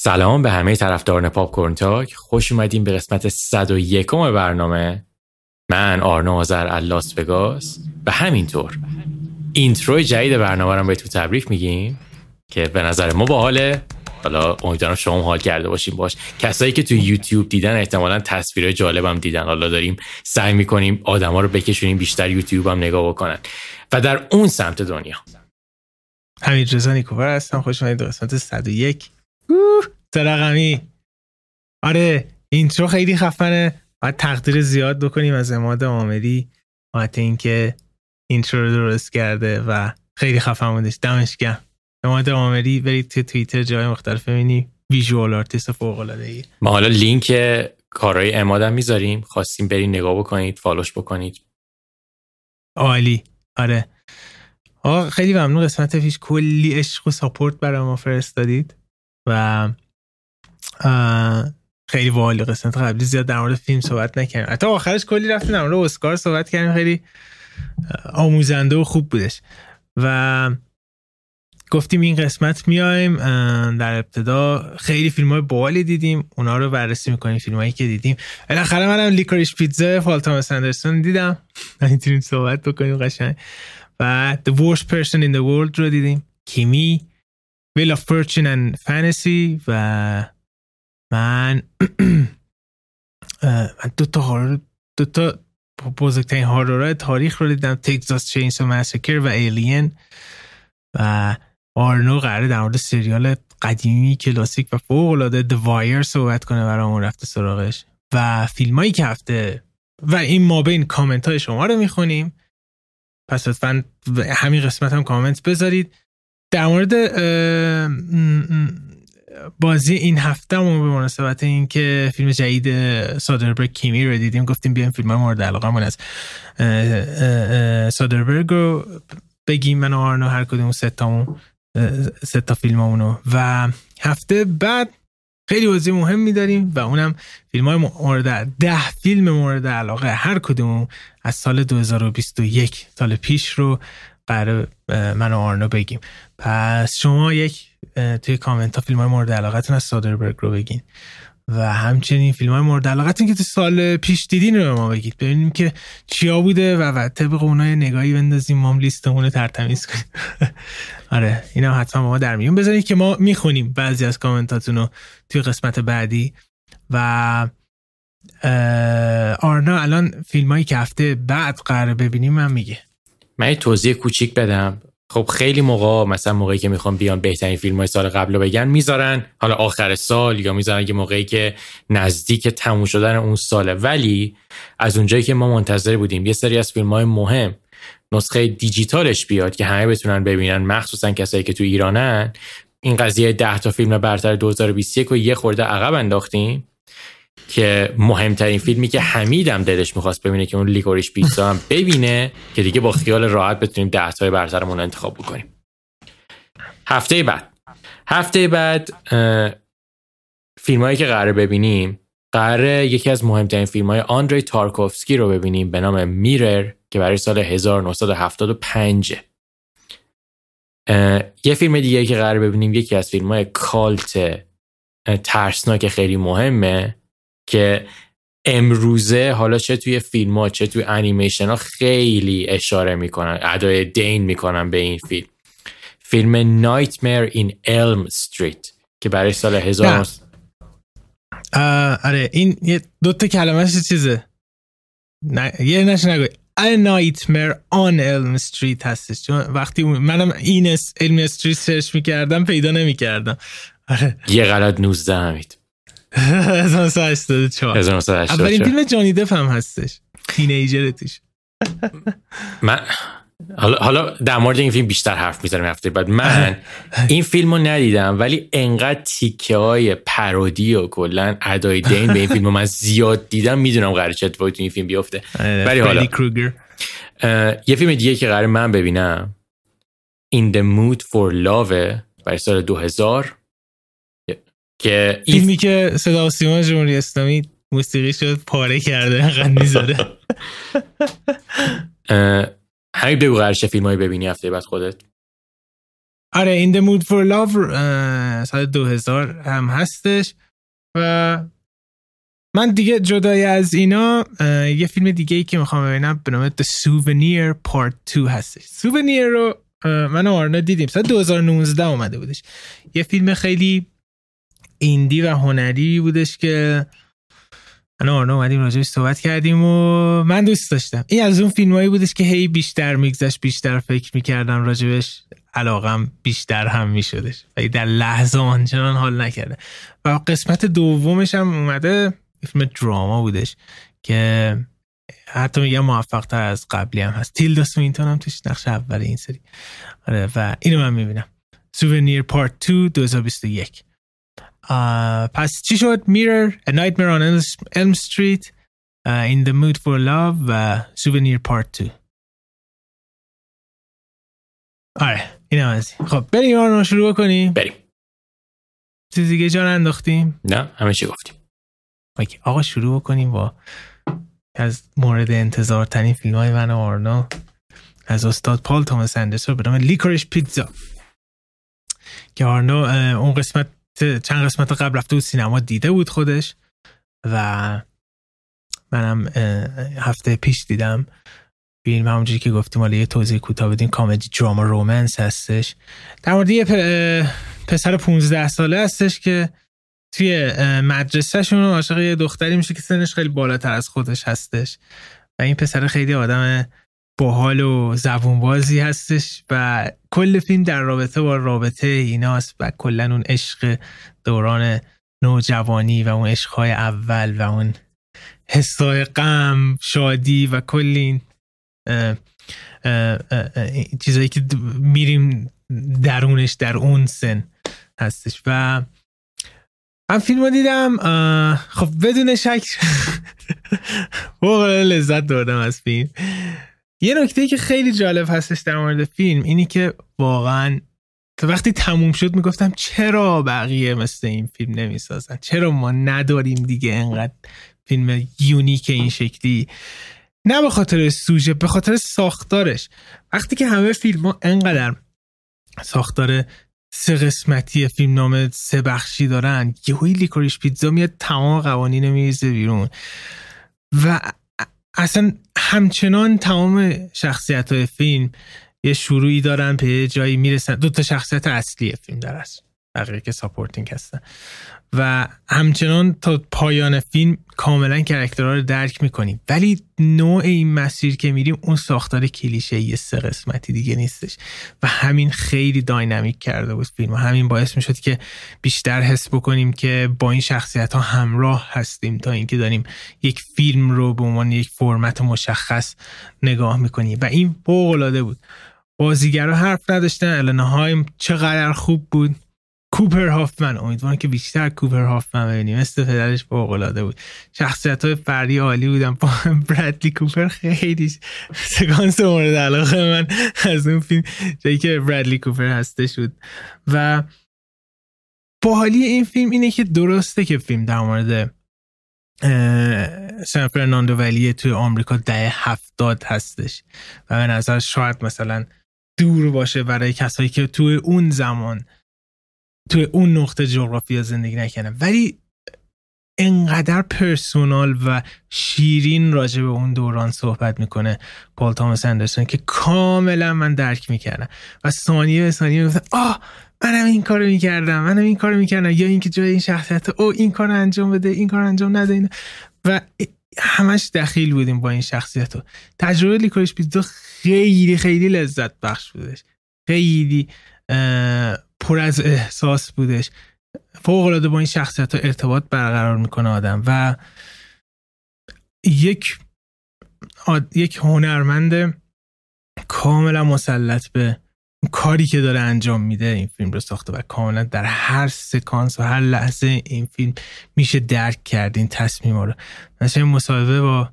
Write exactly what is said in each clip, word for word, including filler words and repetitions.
سلام به همه طرفداران پاپ کورن تاک، خوش اومدین به قسمت صد و یکم برنامه. من آرنا آذر از لاس وگاس و همینطور اینترو جدید برنامه رو بهتون تبریک میگیم که به نظر ما باحاله. حالا امیدوارم شما حال کرده باشیم باش. کسایی که تو یوتیوب دیدن احتمالاً تصویرهای جالبم دیدن. حالا داریم سعی میکنیم آدما رو بکشونیم بیشتر یوتیوب هم نگاه بکنن. و در اون سمت دنیا حمید رضا نیکوفر هستم. خوش اومدید به قسمت صد و یک. تا رقمی. آره اینترو خیلی خفنه. باید تقدیر زیاد بکنیم از عماد عامری بابت اینکه اینترو رو درست کرده و خیلی خفن بودش. دمش گرم. عماد عامری برید تو توییتر جای مختلف ببینید. ویژوال آرتیست فوق العاده ای. ما حالا لینک کارهای عماد هم میذاریم، خواستیم برید نگاه بکنید، فالوش بکنید. عالی. آره آقا خیلی ممنون. قسمت پیش کلی عشق و ساپورت برای ما فرستادید و خیلی باحال. قسمت قبلی زیاد در مورد فیلم صحبت نکردیم، حتی آخرش کلی رفتیم در مورد اسکار صحبت کردیم. خیلی آموزنده و خوب بودش و گفتیم این قسمت میایم در ابتدا خیلی فیلم‌های باحالی دیدیم، اونا رو بررسی می‌کنیم. فیلمایی که دیدیم بالاخره منم لیکوریش پیتزا پال توماس اندرسون دیدم، نمیتونیم صحبت بکنیم قشنگ. و The Worst Person in the World رو دیدیم، کیمی، Wheel of Fortune and Fantasy و من من دو تا هارور دو تا بزرگترین هارورهای تاریخ رو دیدم، تگزاس چینسو ماساکر و ایلین. و آرنو قراره در مورد سریال قدیمی کلاسیک و فوق العاده The Wire صحبت کنه، برامون رفته سراغش و فیلمایی که هفته و این ما بین کامنت های شما رو میخونیم. پس لطفاً همین قسمت هم کامنت بذارید. در مورد بازی این هفته ما به مناسبت این که فیلم جدید سودربرگ کیمی رو دیدیم، گفتیم بیایم فیلم های مورد علاقه من از سودربرگ رو بگیم. من و آرنو هر کدوم سه تامون سه تا فیلمامونو و هفته بعد خیلی بازی مهم می‌داریم و اونم فیلم‌های مورد ده فیلم مورد علاقه هر کدوم از سال دو هزار و بیست و یک سال پیش رو قراره من و آرنو بگیم. پس شما یک توی کامنت ها فیلم‌های مورد علاقتون از سودربرگ رو بگین و همچنین فیلم‌های مورد علاقتون که تو سال پیش دیدین رو به ما بگید، ببینیم که چیا بوده و طبق اونها نگاهی بندازیم، ما هم لیستمون رو ترتمیز کنیم. آره اینا حتما با ما در میون بذارید که ما میخونیم بعضی از کامنتاتون رو توی قسمت بعدی. و آرنا الان فیلمایی که هفته بعد قراره ببینیم من میگه. من یه توضیح کوچیک بدم. خب خیلی موقع مثلا موقعی که میخوام بیان بهترین فیلم‌های سال قبل رو بگن میذارن حالا آخر سال یا میذارن یه موقعی که نزدیک تموم شدن اون ساله، ولی از اونجایی که ما منتظر بودیم یه سری از فیلم‌های مهم نسخه دیجیتالش بیاد که همه بتونن ببینن، مخصوصا کسایی که تو ایرانن، این قضیه ده تا فیلم برتر دو هزار و بیست و یک رو یه خورده عقب انداختیم که مهمترین فیلمی که حمیدم دلش میخواست ببینه که اون لیکوریش پیتزا هم ببینه که دیگه با خیال راحت بتونیم ده تای برترمون انتخاب بکنیم. هفته بعد هفته بعد فیلمایی که قراره ببینیم، قراره یکی از مهمترین فیلمای آندری تارکوفسکی رو ببینیم به نام میرر که برای سال هزار و نهصد و هفتاد و پنج. یه فیلم دیگه که قراره ببینیم یکی از فیلمای کالت ترسناک خیلی مهمه که امروزه حالا چه توی فیلم ها چه توی انیمیشن ها خیلی اشاره میکنن، ادای دین میکنن به این فیلم. فیلم Nightmare in Elm Street که برای سال هزار. آره این یه دوتا کلمه چیزه نه یه نشه نگوی A Nightmare on Elm Street هستش، چون وقتی منم این Elm Street سرچ میکردم پیدا نمیکردم. آره یه غلط نوزده همید هزار و نهصد و هشتاد و چهار اولین فیلم جانی دپ هم هستش، تینیجر توش. من حالا حالا در مورد این فیلم بیشتر حرف میزنم هفته بعد. من این فیلمو ندیدم ولی انقدر تیکه های پارودی و کلا ادای دین به این فیلم من زیاد دیدم، میدونم قراره چه اتفاقی تو این فیلم بیفته. ولی حالا یه فیلم دیگه که قراره من ببینم In the Mood for Love برای سال دو هزار که فیلمی ف... که صدا و سیما جمهوری اسلامی موسیقی شد پاره کرده انقدر میذاره. همین بگو قراره چه فیلمایی ببینی هفته بعد خودت؟ آره In the Mood for Love سال دو هزار هم هستش. و من دیگه جدای از اینا یه فیلم دیگه ای که میخوام ببینم به نام The Souvenir Part دو هستش. Souvenir رو من و آرنا دیدیم، سال دو هزار و نوزده اومده بودش. یه فیلم خیلی ایندی و هنری بودش که من و آرنا اومدیم راجعش صحبت کردیم و من دوست داشتم. این از اون فیلمایی بودش که هی بیشتر میگذشت بیشتر فکر میکردم راجبش، علاقم بیشتر هم میشدش و در لحظه آنچنان حال نکرده. و قسمت دومش هم اومده، فیلم دراما بودش که حتی میگم موفق تر از قبلی هم هست. تیلدا سوینتون هم توش نقش اول این سری. آره و اینو من میبینم Souvenir Part دو دو هزار و بیست و یک. Uh, پس چی شد؟ Mirror, A Nightmare on Elm Street, uh, In the Mood for Love و Souvenir Part دو. آره این هم از این. خب بریم آرنا شروع کنیم. بریم. چیز دیگه جان انداختیم؟ نه همه چی گفتیم. اوکی آقا شروع کنیم با از مورد انتظار ترین فیلم های من و آرنا از استاد پال توماس اندرسون به نام لیکوریش پیتزا که آرنا اون قسمت چند قسمت قبل رفته بود سینما دیده بود خودش و منم هفته پیش دیدم. فیلم همونجوری که گفتیم حالا یه توضیح کوتاه بدیم، کامدی دراما رومنس هستش. در مورد یه پسر پونزده ساله هستش که توی مدرسه‌شون عاشق یه دختری میشه که سنش خیلی بالاتر از خودش هستش و این پسر خیلی آدم باحال و زبونبازی هستش و کل فیلم در رابطه با رابطه ایناست و کلن اون عشق دوران نوجوانی و اون عشقهای اول و اون حسای غم شادی و کل این اه اه اه چیزایی که میریم درونش در اون سن هستش. و من فیلم رو دیدم، خب بدون شک واقعا لذت بردم از فیلم. یه نکته که خیلی جالب هستش در مورد فیلم اینی که واقعا تا وقتی تموم شد میگفتم چرا بقیه مثل این فیلم نمیسازن، چرا ما نداریم دیگه انقدر فیلم یونیک این شکلی. نه به خاطر سوژه، به خاطر ساختارش. وقتی که همه فیلم ها انقدر ساختار سه قسمتی فیلم نام سه بخشی دارن، یهویی لیکوریش پیتزا میاد تمام قوانین میریزه بیرون و اصلا همچنان تمام شخصیت‌های فیلم یه شروعی دارن به جایی میرسن. دو تا شخصیت اصلی فیلم در است، بقیه که ساپورتینگ هستن و همچنان تا پایان فیلم کاملا کاراکترها رو درک میکنیم. ولی نوع این مسیر که میریم اون ساختار کلیشه‌ای سه قسمتی دیگه نیستش و همین خیلی داینامیک کرده بود فیلم و همین باعث میشد که بیشتر حس بکنیم که با این شخصیت ها همراه هستیم تا اینکه داریم یک فیلم رو به عنوان یک فرمت مشخص نگاه میکنیم و این فوق‌العاده بود. بازیگرها حرف نداشتن. النا هایم چقدر خوب بود. کوپر هافمن، امیدوارم که بیشتر کوپر هافمن ببینیم، مثل پدرش فوق‌العاده بود. شخصیت‌های فردی عالی بودن. با برادلی کوپر خیلی سکانس مورد علاقه من از اون فیلم جایی که برادلی کوپر هستش بود. و باحالی این فیلم اینه که درسته که فیلم در مورد سان فرناندو ولی توی آمریکا دهه هفتاد هستش و به نظر شاید مثلا دور باشه برای کسایی که توی اون زمان توی اون نقطه جغرافیا زندگی نکنم، ولی انقدر پرسونال و شیرین راجع به اون دوران صحبت میکنه پال توماس اندرسون که کاملا من درک میکردم و ثانیه به ثانیه میگفتم آه منم این کارو میکردم منم این کارو میکردم یا اینکه جای این شخصیت او این کارو انجام بده این کارو انجام نده این. و همش دخیل بودیم با این شخصیت. تجربه لیکوریش پیتزا خیلی خیلی لذت بخش بودش، خیلی پر از احساس بودش، فوق‌العاده با این شخصیت ها ارتباط برقرار میکنه آدم و یک آد... یک هنرمند کاملا مسلط به کاری که داره انجام میده این فیلم رو ساخته و کاملا در هر سکانس و هر لحظه این فیلم میشه درک کرد این تصمیم‌ها رو. مثلا مصاحبه با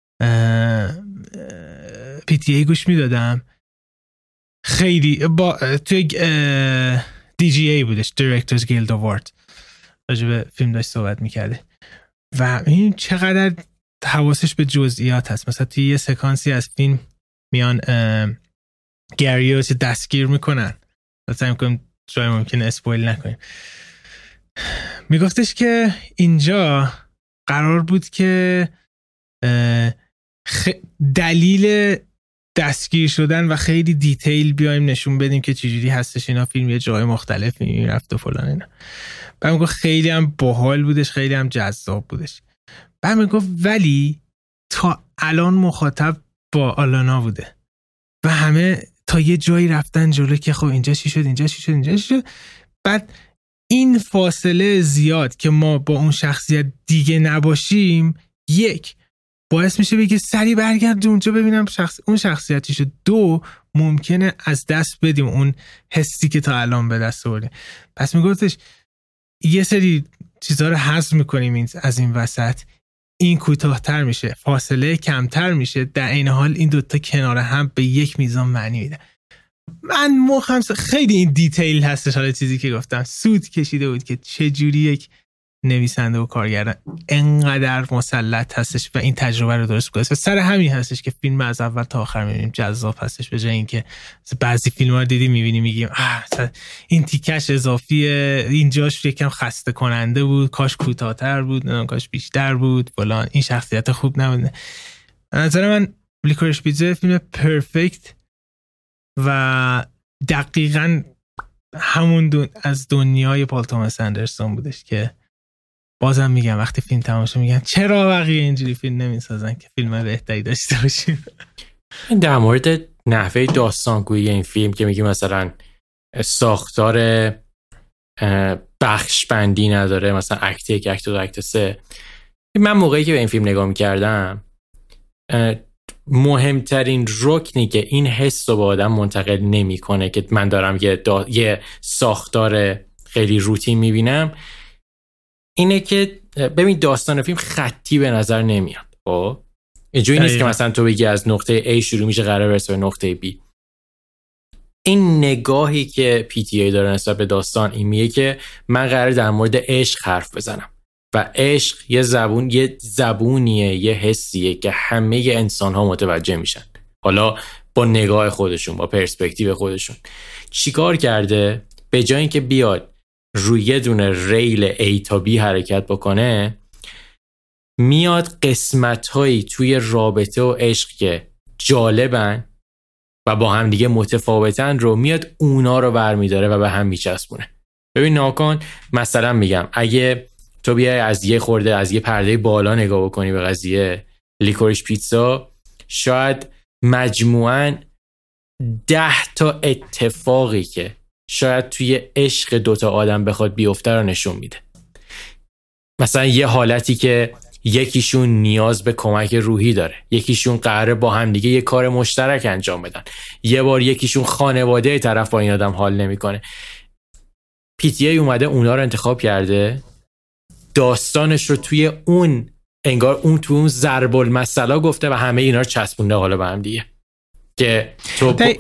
پی تی ای گوش میدادم، خیلی با توی دی جی ای بودش، Directors Guild Award، راجع به فیلم داشت صحبت میکرده و این چقدر حواسش به جزئیات هست. مثلا توی یه سکانسی از فیلم میان گریو دستگیر میکنن سعی می‌کنیم جای ممکنه اسپویل نکنیم. میگفتش که اینجا قرار بود که خ... دلیل دستگیر شدن و خیلی دیتیل بیایم نشون بدیم که چجوری هستش اینا، فیلم یه جای مختلف میرفت و فلان اینا. بعد میگفت خیلی هم باحال بودش، خیلی هم جذاب بودش. بعد میگفت ولی تا الان مخاطب با آلانا بوده و همه تا یه جایی رفتن جلو که خب اینجا چی شد اینجا چی شد اینجا چی شد. بعد این فاصله زیاد که ما با اون شخصیت دیگه نباشیم، یک باعث میشه بگه سری برگرد اونجا ببینم شخص اون شخصیتی شد. دو ممکنه از دست بدیم اون حسی که تا الان به دست آوردیم. پس میگفتش یه سری چیزها رو حذف میکنیم این از این وسط، این کوتاه‌تر میشه، فاصله کمتر میشه، در این حال این دوتا کنار هم به یک میزان معنی میده. من مخم خیلی این دیتیل هستش. حالا چیزی که گفتم سود کشیده بود که چه جوری یک نویسنده و کارگردان انقدر مسلط هستش و این تجربه رو درست کنه. و سر همین هستش که فیلم از اول تا آخر میبینیم جذاب هستش، به جای اینکه بعضی فیلم‌ها رو دیدیم میبینیم میگیم این تیکش اضافیه، اینجاش یکم خسته کننده بود، کاش کوتاه‌تر بود، نه کاش بیشتر بود فلان، این شخصیت خوب نبود. به نظر من لیکوریش پیتزا فیلم پرفکت و دقیقاً همون دون از دنیای پال توماس اندرسون بودش که بازم میگم وقتی فیلم تمام شد میگم چرا بقیه اینجوری فیلم نمیسازن که فیلم بهتری داشته باشیم. در مورد نحوه داستانگویی این فیلم که میگی مثلا ساختار بخش بندی نداره، مثلا اکت یک، اکت دو، اکت سه، من موقعی که به این فیلم نگاه میکردم مهمترین رکنی که این حس رو به آدم منتقل نمیکنه که من دارم یه, دا... یه ساختار خیلی روتین میبینم اینه که ببین داستان فیلم خطی به نظر نمیاد. خب اینجوری نیست که مثلا تو بگی از نقطه A شروع میشه قرار برسه به نقطه B. این نگاهی که پی تی ای داره نسبت به داستان این میگه که من قرار در مورد عشق حرف بزنم و عشق یه زبون یه زبونیه، یه حسیه که همه انسان ها متوجه میشن، حالا با نگاه خودشون، با پرسپکتیو خودشون. چیکار کرده؟ به جای اینکه بیاد روی یه دونه ریل A تا B حرکت بکنه، میاد قسمت‌هایی توی رابطه و عشق که جالبن و با هم دیگه متفاوتن رو میاد اونا رو برمیداره و به هم میچسبونه. ببین ناکن مثلا میگم اگه تو بیای از یه خورده از یه پرده بالا نگاه بکنی به قضیه لیکوریش پیتزا، شاید مجموعاً ده تا اتفاقی که شاید توی عشق دوتا آدم بخواد بیفته رو نشون میده. مثلا یه حالتی که یکیشون نیاز به کمک روحی داره، یکیشون قراره با هم دیگه یه کار مشترک انجام بدن، یه بار یکیشون خانواده طرف با این آدم حال نمیکنه. پی تی ای اومده اونا رو انتخاب کرده، داستانش رو توی اون انگار اون تو اون ضرب المثل گفته و همه اینا رو چسبونده حالا با هم دیگه که تو دقیق...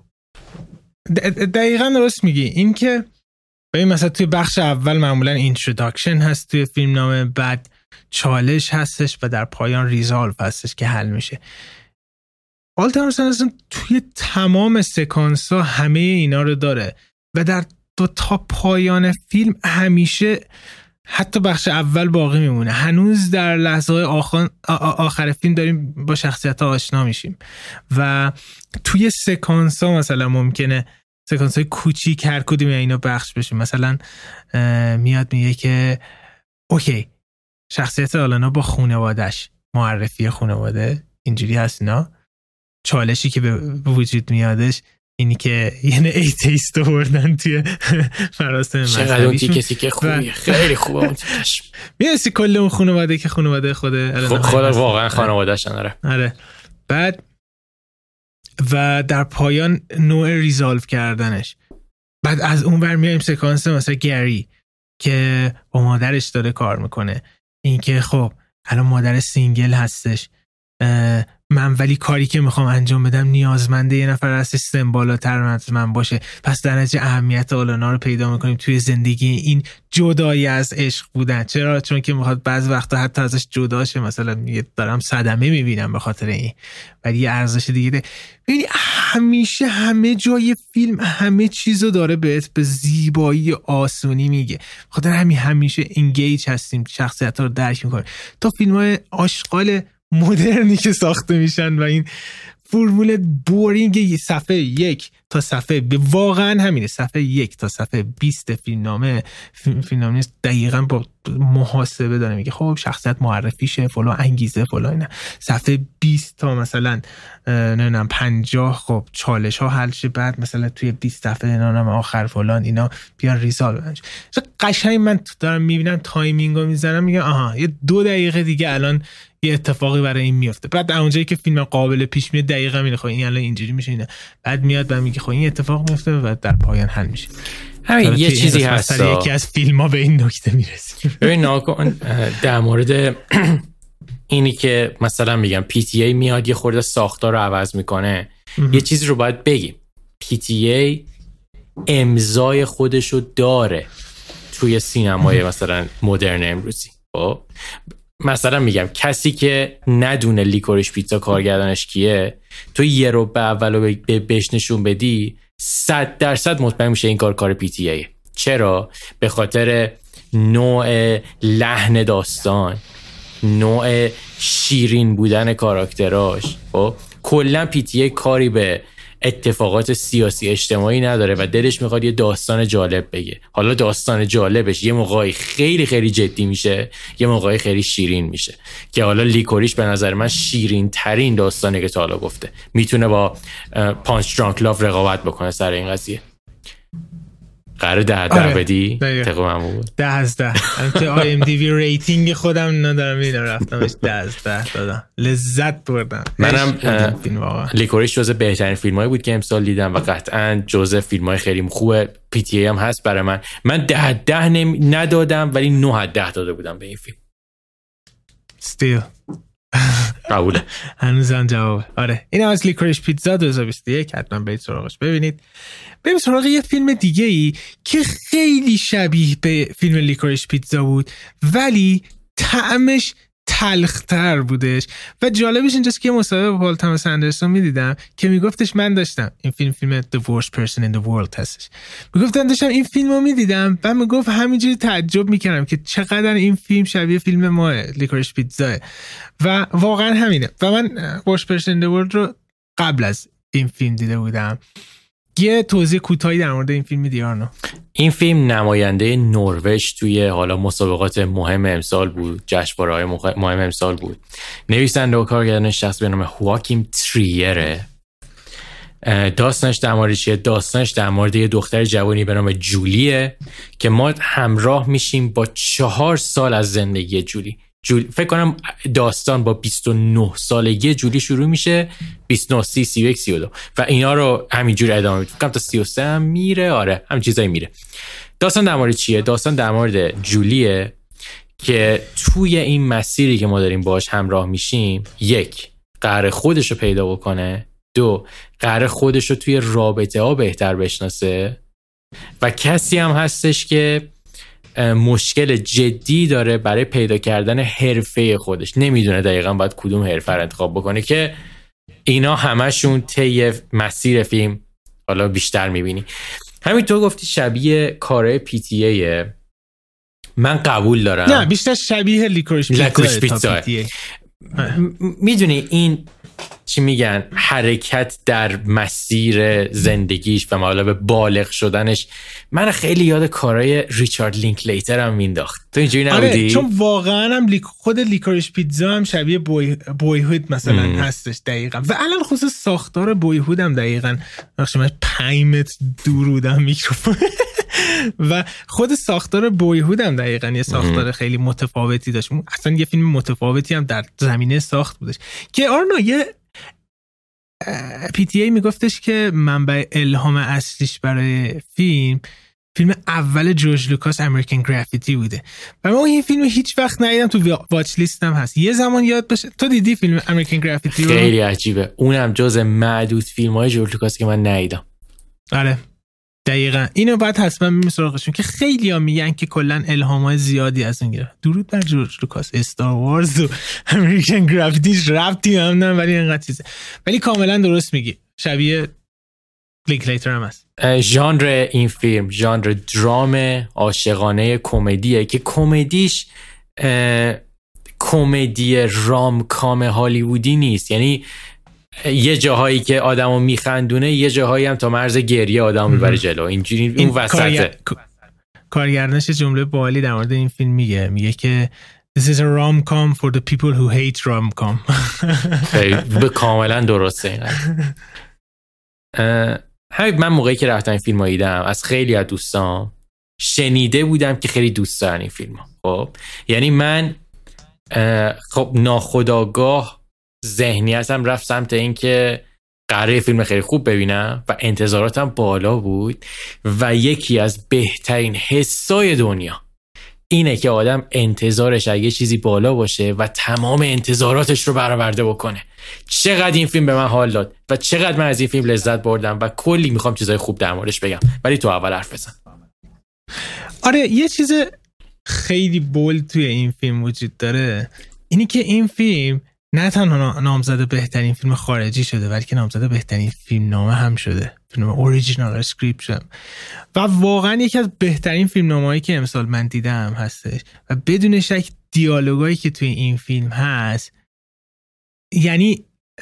دقیقاً درست میگی. این که ببین مثلا توی بخش اول معمولا اینتروداکشن هست توی فیلم نامه، بعد چالش هستش و در پایان ریزالو هستش که حل میشه. پال توماس اندرسون توی تمام سکانس ها همه اینا رو داره و در دو تا پایان فیلم همیشه حتی بخش اول باقی میمونه. هنوز در لحظه های آخر, آخر فیلم داریم با شخصیت ها آشنا میشیم و توی سکانس ها مثلا ممکنه سکانس های کوچیک هر کدوم اینا بخش بشیم. مثلا میاد میگه که اوکی شخصیت آلانا با خانواده‌اش، معرفی خانواده اینجوری هست اینا، چالشی که به وجود میادش اینی که یعنی ایتیست آوردن توی مراسم مذهبیشون. چقدر اون تیکسی که خوبیه، خیلی خوبه اون تیکش. میرسی کل اون خانواده که خانواده خوده خود واقعا خانواده‌شون داره. آره. بعد و در پایان نوع ریزالو کردنش. بعد از اون ور میایم سکانس مثلا گری که با مادرش داره کار میکنه، این که خب الان مادر سینگل هستش، من نیستم ولی کاری که میخوام انجام بدم نیازمنده یه نفر از سیستم بالاتر از من باشه، پس در نتیجه اهمیت اولانا رو پیدا میکنیم توی زندگی، این جدایی از عشق بودن. چرا؟ چون که میخواد بعض وقتا حتی ازش جدا شه، مثلا میگه دارم صدمه میبینم به خاطر این، ولی یه ارزش دیگه ده. ببین همیشه همه جای فیلم همه چیزو داره بهت به زیبایی آسونی میگه، خاطر همین همیشه انگیج هستیم، شخصیت‌ها رو درک میکنیم. تا فیلم‌های آشغال مدرنی که ساخته میشن و این فرمول بورینگ صفحه یک تا صفحه واقعا همینه، صفحه یک تا صفحه بیست فیلمنامه فیلمنامه دقیقاً با محاسبه داره میگه خب شخصیت معرفی شه فلان انگیزه فلان اینا. صفحه بیست تا مثلا نمیدونم پنجاه خب چالش ها حل شه، بعد مثلا توی بیست صفحه نمیدونم آخر فلان اینا بیان ریزالو بشه. قشنگ من دارم میبینم تایمینگو میزنم میگم آها یه دو دقیقه دیگه الان یه اتفاقی برای این میفته. بعد اونجایی که فیلم قابل پیش میاد دقیقاً میگه خب این الان اینجوری میشه اینا، بعد میاد بعد میگه خب این اتفاق میفته و در پایان حل میشه. همین یه چیزی هست یکی از فیلم‌ها به این نکته میرسه. ببین ناگهان در مورد اینی که مثلا میگم پی تی ای میاد یه خورده ساختار رو عوض میکنه، یه چیزی رو باید بگیم. پی تی ای امضای خودشو داره توی سینمای مثلا مدرن امروزی. خب مثلا میگم کسی که ندونه لیکوریش پیتزا کارگردانش کیه، تو یه رو به اولو بهش نشون بدی صد درصد مطمئن میشه این کار کار پی تی ایه. چرا؟ به خاطر نوع لحن داستان، نوع شیرین بودن کاراکتراش. خب کلا پی تی ای کاری به اتفاقات سیاسی اجتماعی نداره و دلش میخواد یه داستان جالب بگه. حالا داستان جالبش یه موقعی خیلی خیلی جدی میشه، یه موقعی خیلی شیرین میشه، که حالا لیکوریش به نظر من شیرین ترین داستانی که تا حالا گفته. میتونه با پانچ درانک لاف رقابت بکنه سر این قضیه. قراره ده ده بدی؟ تقو من بود ده از ده. که آی ام دی بی ریتینگ خودم ندارم میدونم رفتمش ده از ده دادم، لذت بردم. منم لیکوریش جزء بهترین فیلمایی بود که امسال دیدم و قطعا جزء فیلمای خیلی خوبه. پی تی ای هم هست برای من. من ده ده نم... ندادم ولی نه از ده داده بودم به این فیلم. استیل قبوله. هنوزم جواب. آره این از لیکوریش پیتزا دو هزار و بیست و یک، حتما برید سراغش ببینید. بریم سراغ یه فیلم دیگه ای که خیلی شبیه به فیلم لیکوریش پیتزا بود ولی طعمش تلختر بودش و جالبش اینجاست که مصاحبه با پال تاماس اندرسون میدیدم که میگفتش من داشتم این فیلم فیلم The Worst Person in the World هستش، میگفتم داشتم این فیلم رو میدیدم و میگفت همینجوری تعجب میکردم که چقدر این فیلم شبیه فیلم ما لیکوریش پیتزا و واقعا همینه. و من Worst Person in the World رو قبل از این فیلم دیده بودم. یه توضیح کوتاهی در مورد این فیلم میدی آرنو؟ این فیلم نماینده نروژ توی حالا مسابقات مهم امسال بود، جشنواره‌های مهم امسال بود. نویسنده و کارگردان شخص به نام هواکیم تریره. داستانش در مورد چیه؟ داستانش در مورد یه دختر جوانی به نام جولیه که ما همراه میشیم با چهار سال از زندگی جولی. جولی فکر کنم داستان با بیست و نه سالگی جولی شروع میشه، بیست و نه، سی، سی و یک، سی و دو و اینا رو همینجور ادامه میده. فکر کنم تا سی و سه هم میره. آره هم چیزایی میره. داستان در مورد چیه؟ داستان در مورد جولیه که توی این مسیری که ما داریم باش همراه میشیم، یک قرار خودش رو پیدا بکنه، دو قرار خودش رو توی رابطه ها بهتر بشناسه و کسی هم هستش که مشکل جدی داره برای پیدا کردن حرفه خودش، نمیدونه دقیقاً باید کدوم حرفه رو انتخاب بکنه، که اینا همشون طی مسیر فیلم حالا بیشتر میبینی. همین تو گفتی شبیه کارهای پی تی ایه، من قبول دارم. نه بیشتر شبیه لیکوریش پیتزا. میدونی این چی میگن حرکت در مسیر زندگیش و حالا به بالغ شدنش من خیلی یاد کارهای ریچارد لینکلیتر هم مینداخت. تو اینجوری نبودی؟ آره چون واقعا هم لیک... خود لیکوریش پیتزا هم شبیه بوی... بویهود مثلا ام. هستش دقیقا و الان خصوص ساختار بویهود هم دقیقا نقشه من پنج متر دور بودم میکروفون و خود ساختار بویهود هم دقیقا یه ساختار ام. خیلی متفاوتی داشت. اصلا یه فیلم متفاوتی هم در زمینه ساخت بودش که آرنا یه پی تی ای میگفتش که منبع الهام اصلیش برای فیلم فیلم اول جورج لوکاس امریکن گرافیتی بوده و من این فیلم هیچ وقت ندیدم، تو واچ لیستم هست، یه زمان یاد بشه. تو دیدی فیلم امریکن گرافیتی رو؟ خیلی عجیبه، اونم جز معدود فیلم‌های جورج لوکاس که من ندیدم. آره دقیقاً اینو باید حتما بریم سراغشون که خیلی‌ها میگن که کلا الهام‌های زیادی از اون گرفت. درود بر جورج لوکاس، استار وارز و امریکن گرافیتیش ربطی هم نداره ولی اینقدر چیزه. ولی کاملا درست میگی، شبیه لینکلیتر هم هست. ژانر این فیلم ژانر درام عاشقانه کمدیه که کمدیش کمدی رام کام هالیوودی نیست، یعنی یه جاهایی که آدمو میخندونه، یه جاهایی هم تا مرز گریه آدمو میبره جلو، اینجوری اون وسطه. کارگردانش جمله باحالی در مورد این فیلم میگه، میگه که This is a rom-com for the people who hate rom-com. به کاملا درسته این. همین من موقعی که رفتم این فیلم رو دیدم از خیلی از دوستان شنیده بودم که خیلی دوست دارن این فیلم. خب یعنی من خب ناخودآگاه ذهنیتم رفت سمت این که قراره فیلم خیلی خوب ببینم و انتظاراتم بالا بود و یکی از بهترین حسای دنیا اینه که آدم انتظارش اگه چیزی بالا باشه و تمام انتظاراتش رو برآورده بکنه. چقدر این فیلم به من حال داد و چقدر من از این فیلم لذت بردم و کلی میخوام چیزای خوب در موردش بگم، ولی تو اول حرف بزن. آره یه چیز خیلی بولد توی این فیلم وجود داره، اینی که این فیلم نه تنها نامزد بهترین فیلم خارجی شده بلکه نامزد بهترین فیلم نامه هم شده، فیلم اوریجینال اسکریپت شد و واقعا یکی از بهترین فیلم نامه‌هایی که امسال من دیدم هستش و بدون شک دیالوگایی که توی این فیلم هست، یعنی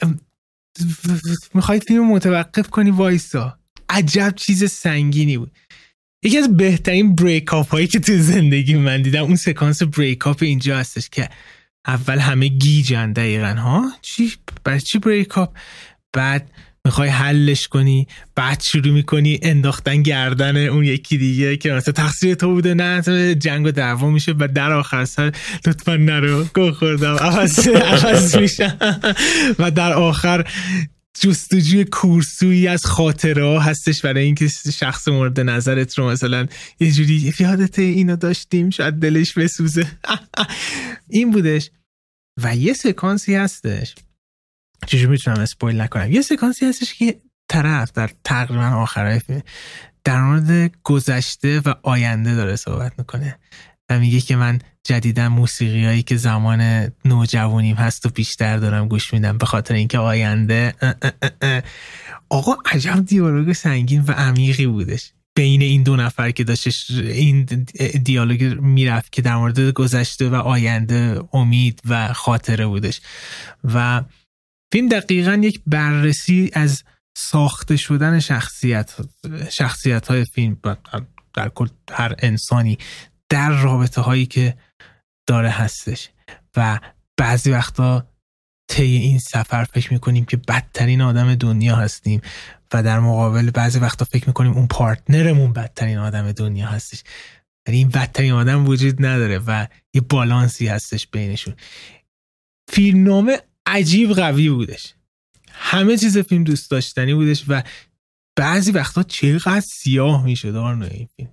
میخوای فیلم متوقف کنی وایسا، عجب چیز سنگینی بود. یکی از بهترین بریک اپ هایی که توی زندگی من دیدم اون سکانس بریک اپ اینجا هستش که اول همه گیجن دقیقاً ها چی برای چی بریک اپ، بعد میخوای حلش کنی، بعد شروع میکنی انداختن گردن اون یکی دیگه که مثلا تقصیر تو بوده، نه جنگ و دعوا میشه و در آخر سر لطفا نرو گو خوردم عوض عوض میشن و در آخر جستجوی کورسویی از خاطره هستش برای اینکه شخص مورد نظرت رو مثلا یه جوری یادت اینو داشتیم شاید دلش بسوزه این بودش. و یه سکانسی هستش چجوری میتونم اسپویل نکنم، یه سکانسی هستش که طرف در تقریبا آخرای فیلم در مورد گذشته و آینده داره صحبت میکنه و میگه که من جدیدا موسیقی هایی که زمان نوجوانیم هست و بیشتر دارم گوش میدم به خاطر اینکه آینده اه اه اه اه. آقا عجب دیالوگ سنگین و عمیقی بودش بین این دو نفر که داشتش این دیالوگ میرفت که در مورد گذشته و آینده، امید و خاطره بودش و فیلم دقیقاً یک بررسی از ساخته شدن شخصیت شخصیت های فیلم در کل هر انسانی در رابطه هایی که داره هستش و بعضی وقتا طی این سفر فکر میکنیم که بدترین آدم دنیا هستیم و در مقابل بعضی وقتا فکر میکنیم اون پارتنرمون بدترین آدم دنیا هستش، ولی این بدترین آدم وجود نداره و یه بالانسی هستش بینشون. فیلمنامه عجیب قوی بودش، همه چیز فیلم دوست داشتنی بودش و بعضی وقتا چقدر سیاه میشد آرنو این فیلم.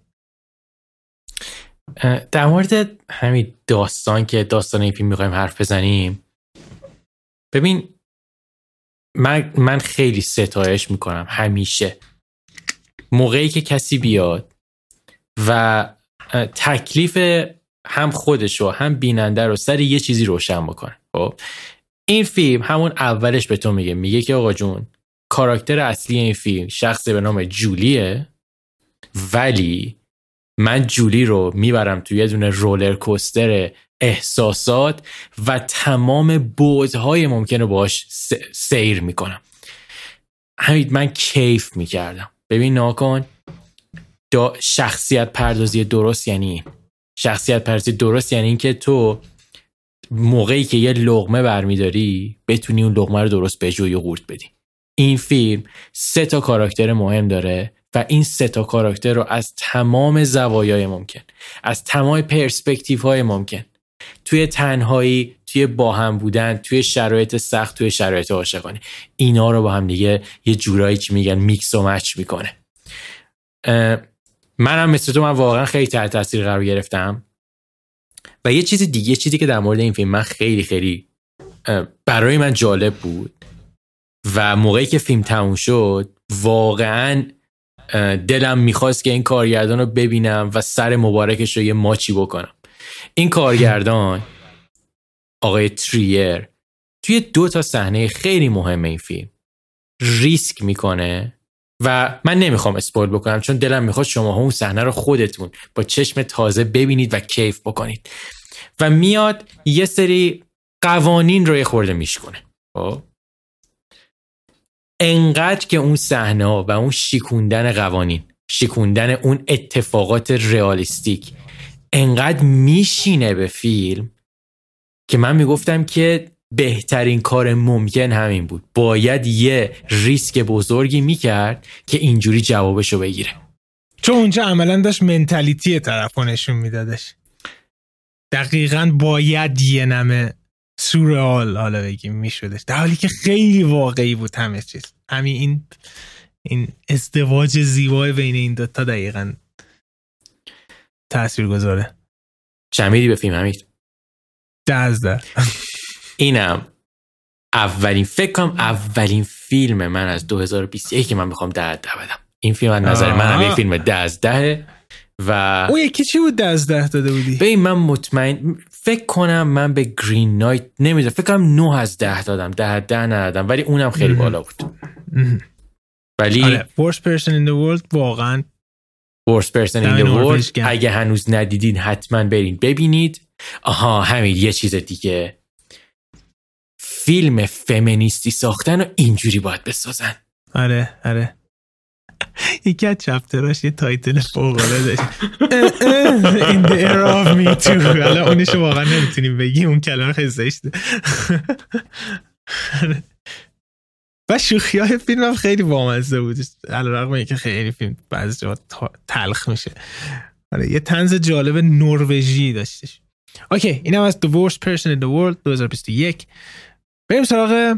در مورد همین داستان که داستان این فیلم میخوایم حرف بزنیم، ببین من من خیلی ستایش میکنم همیشه موقعی که کسی بیاد و تکلیف هم خودشو هم بیننده رو سر یه چیزی روشن بکنه. خب این فیلم همون اولش به تو میگه میگه که آقا جون کاراکتر اصلی این فیلم شخصی به نام جولیه، ولی من جولی رو میبرم توی یه دونه رولر کوستر احساسات و تمام بعدهای ممکن رو باهاش سیر میکنم. همین من کیف میکردم. ببین ناکن شخصیت پردازی درست یعنی این. شخصیت پردازی درست یعنی این که تو موقعی که یه لقمه برمیداری بتونی اون لقمه رو درست به جوی قورت بدی. این فیلم سه تا کاراکتر مهم داره و این سه تا کاراکتر رو از تمام زوایای ممکن، از تمام پرسپکتیو های ممکن، توی تنهایی، توی با هم بودن، توی شرایط سخت، توی شرایط عاشقانه، اینا رو با هم دیگه یه جورایی که میگن میکس و مچ میکنه. منم مثل تو من واقعا خیلی تحت تاثیر قرار گرفتم. و یه چیز دیگه، چیزی که در مورد این فیلم من خیلی خیلی برای من جالب بود و موقعی که فیلم تموم شد واقعا دلم میخواست که این کارگردان رو ببینم و سر مبارکش رو یه ماچی بکنم. این کارگردان آقای تریر توی دو تا صحنه خیلی مهم این فیلم ریسک میکنه و من نمیخوام اسپویل بکنم چون دلم میخواد شما اون صحنه رو خودتون با چشم تازه ببینید و کیف بکنید. و میاد یه سری قوانین رو یه خورده میشکنه. خب انقدر که اون صحنه و اون شیکوندن قوانین، شیکوندن اون اتفاقات رئالیستیک انقدر میشینه به فیلم که من میگفتم که بهترین کار ممکن همین بود. باید یه ریسک بزرگی میکرد که اینجوری جوابشو بگیره، چون اونجا عملا داشت منتالیتی طرفو نشون میدادش. دقیقاً باید یه نمه سورئال حالا بگیم میشدش، در حالی که خیلی واقعی بود همه چیز. همین این این ازدواج زیبای بین این دوتا دقیقاً تأثیر گذاره. چمیدی به فیلم همین؟ دوازده. اینم اولین فکر کنم اولین فیلم من از دو هزار و بیست و یک که من بخوام ده ده بدم. این فیلم از نظر من هم یک فیلم دوازده و اون یکی چی بود دوازده داده بودی؟ ببین من مطمئن فکر کنم من به گرین نایت نمیدونم، فکر کنم نه از ده دادم، ده ده ندادم، ولی اونم خیلی بالا بود. ولی آره worst person in the world واقعا worst person in the world اگه هنوز ندیدین حتما برین ببینید. آها همین یه چیز دیگه، فیلم فمینیستی ساختن و اینجوری باید بسازن. آره آره یکی از چپتراش یه تایتل فوق‌العاده داشت In the era of me too. حالا اونیشو واقعا نمیتونیم بگیم، اون کلمه خیلی زشته. و شوخی های فیلم هم خیلی بامزه بود، علیرغم اینکه خیلی فیلم بعضی جا تلخ میشه. یه طنز جالب نروژی داشتش. اوکی اینم از The Worst Person in the World دو هزار و بیست و یک. بریم سراغ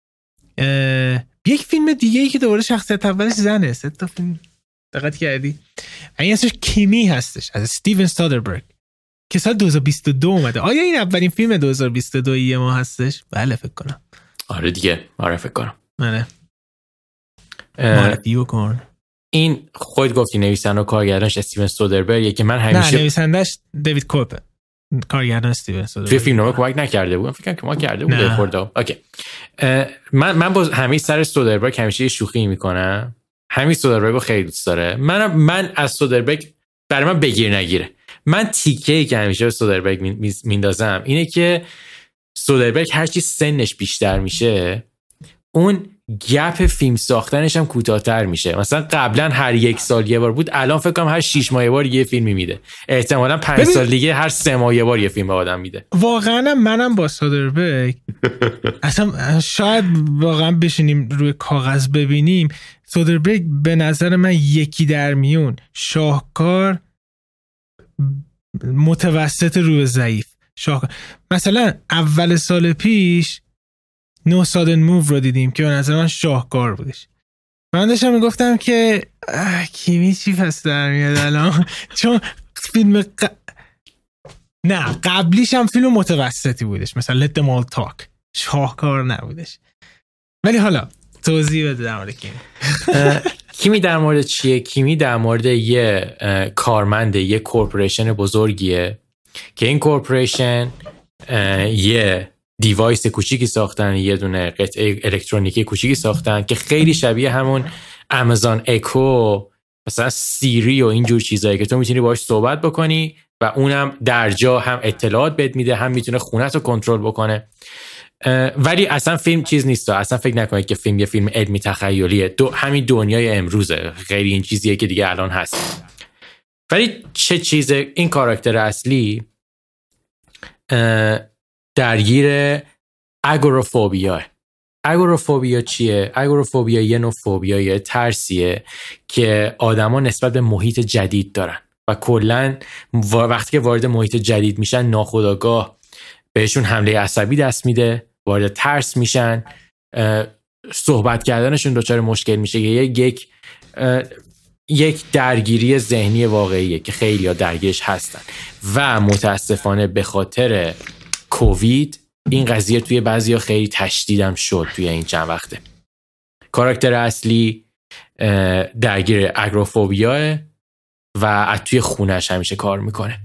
یک فیلم دیگه ای که دوباره شخصیت اولش زنه. سه تا فیلم دقت کردی؟ این اسمش کیمی هستش از استیون سودربرگ که سال دو هزار و بیست و دو اومده. آیا این اولین فیلم دو هزار و بیست و دو یه ما هستش؟ بله فکر کنم. آره دیگه آره فکر کنم. آره معرفی بکن. این خودت گفتی نویسنده و کارگردانش استیون سودربرگ که من همیشه نه نویسندش دیوید کوپه، کارگردان استیون سودربرگ. توی فیلمنامه کمک نکرده بود، فکر کنم که ما کرده بود خورده. اوکی من من باز همین سر سودربرگ همیشه یه شوخی میکنم. همین سودربرگو خیلی دوست داره. من من از سودربرگ برای من بگیر نگیره. من تیکه‌ای که همیشه به سودربرگ میندازم اینه که سودربرگ هرچی سنش بیشتر میشه اون گپ فیلم ساختنش هم کوتاه‌تر میشه. مثلا قبلا هر یک سال یه بار بود، الان فکر کنم هر شش ماه یه بار یه فیلمی میده. احتمالاً پنج سال دیگه هر سه ماه یه بار یه فیلم به آدم میده. واقعا منم با سودربرگ اصلا شاید واقعا بشینیم روی کاغذ ببینیم، سودربرگ به نظر من یکی در میون شاهکار متوسط رو ضعیف. شاهکار مثلا اول سال پیش نو سادن موو رو دیدیم که به نظر من شاهکار بودش. من داشتم میگفتم که کیمی چی پس در میاد الان، چون فیلم ق... نه قبلیش هم فیلم متوسطی بودش، مثلا Let them all talk شاهکار نبودش. ولی حالا توضیح بده در مورد کیمی. کیمی در مورد چیه؟ کیمی در مورد یه کارمند یه کورپوریشن بزرگیه که این کورپوریشن یه دیوایس کوچیکی ساختن، یه دونه قطعه الکترونیکی کوچیکی ساختن که خیلی شبیه همون آمازون اکو مثلا سیری و اینجور چیزایی که تو میتونی باهاش صحبت بکنی و اونم در جا هم اطلاعات بهت میده، هم میتونه خونت رو کنترل بکنه. ولی اصلا فیلم چیز نیست، اصلا فکر نکنید که فیلم یه فیلم علمی تخیلیه. دو همین دنیای امروزه، خیلی این چیزیه که دیگه الان هست. ولی چه چیزه؟ این کاراکتر اصلی درگیر اگوروفوبیا. اگوروفوبیا چیه؟ اگوروفوبیا یه نوع فوبیایه، ترسیه که آدما نسبت به محیط جدید دارن و کلاً وقتی که وارد محیط جدید میشن ناخودآگاه بهشون حمله عصبی دست میده، وارد ترس میشن، صحبت کردنشون دچار مشکل میشه. یک یک درگیری ذهنی واقعیه که خیلی ها درگیرش هستن و متاسفانه به خاطر کووید این قضیه توی بعضی ها خیلی تشدیدم شد توی این چند وقته. کاراکتر اصلی درگیر اگروفوبیاه و از توی خونش همیشه کار میکنه.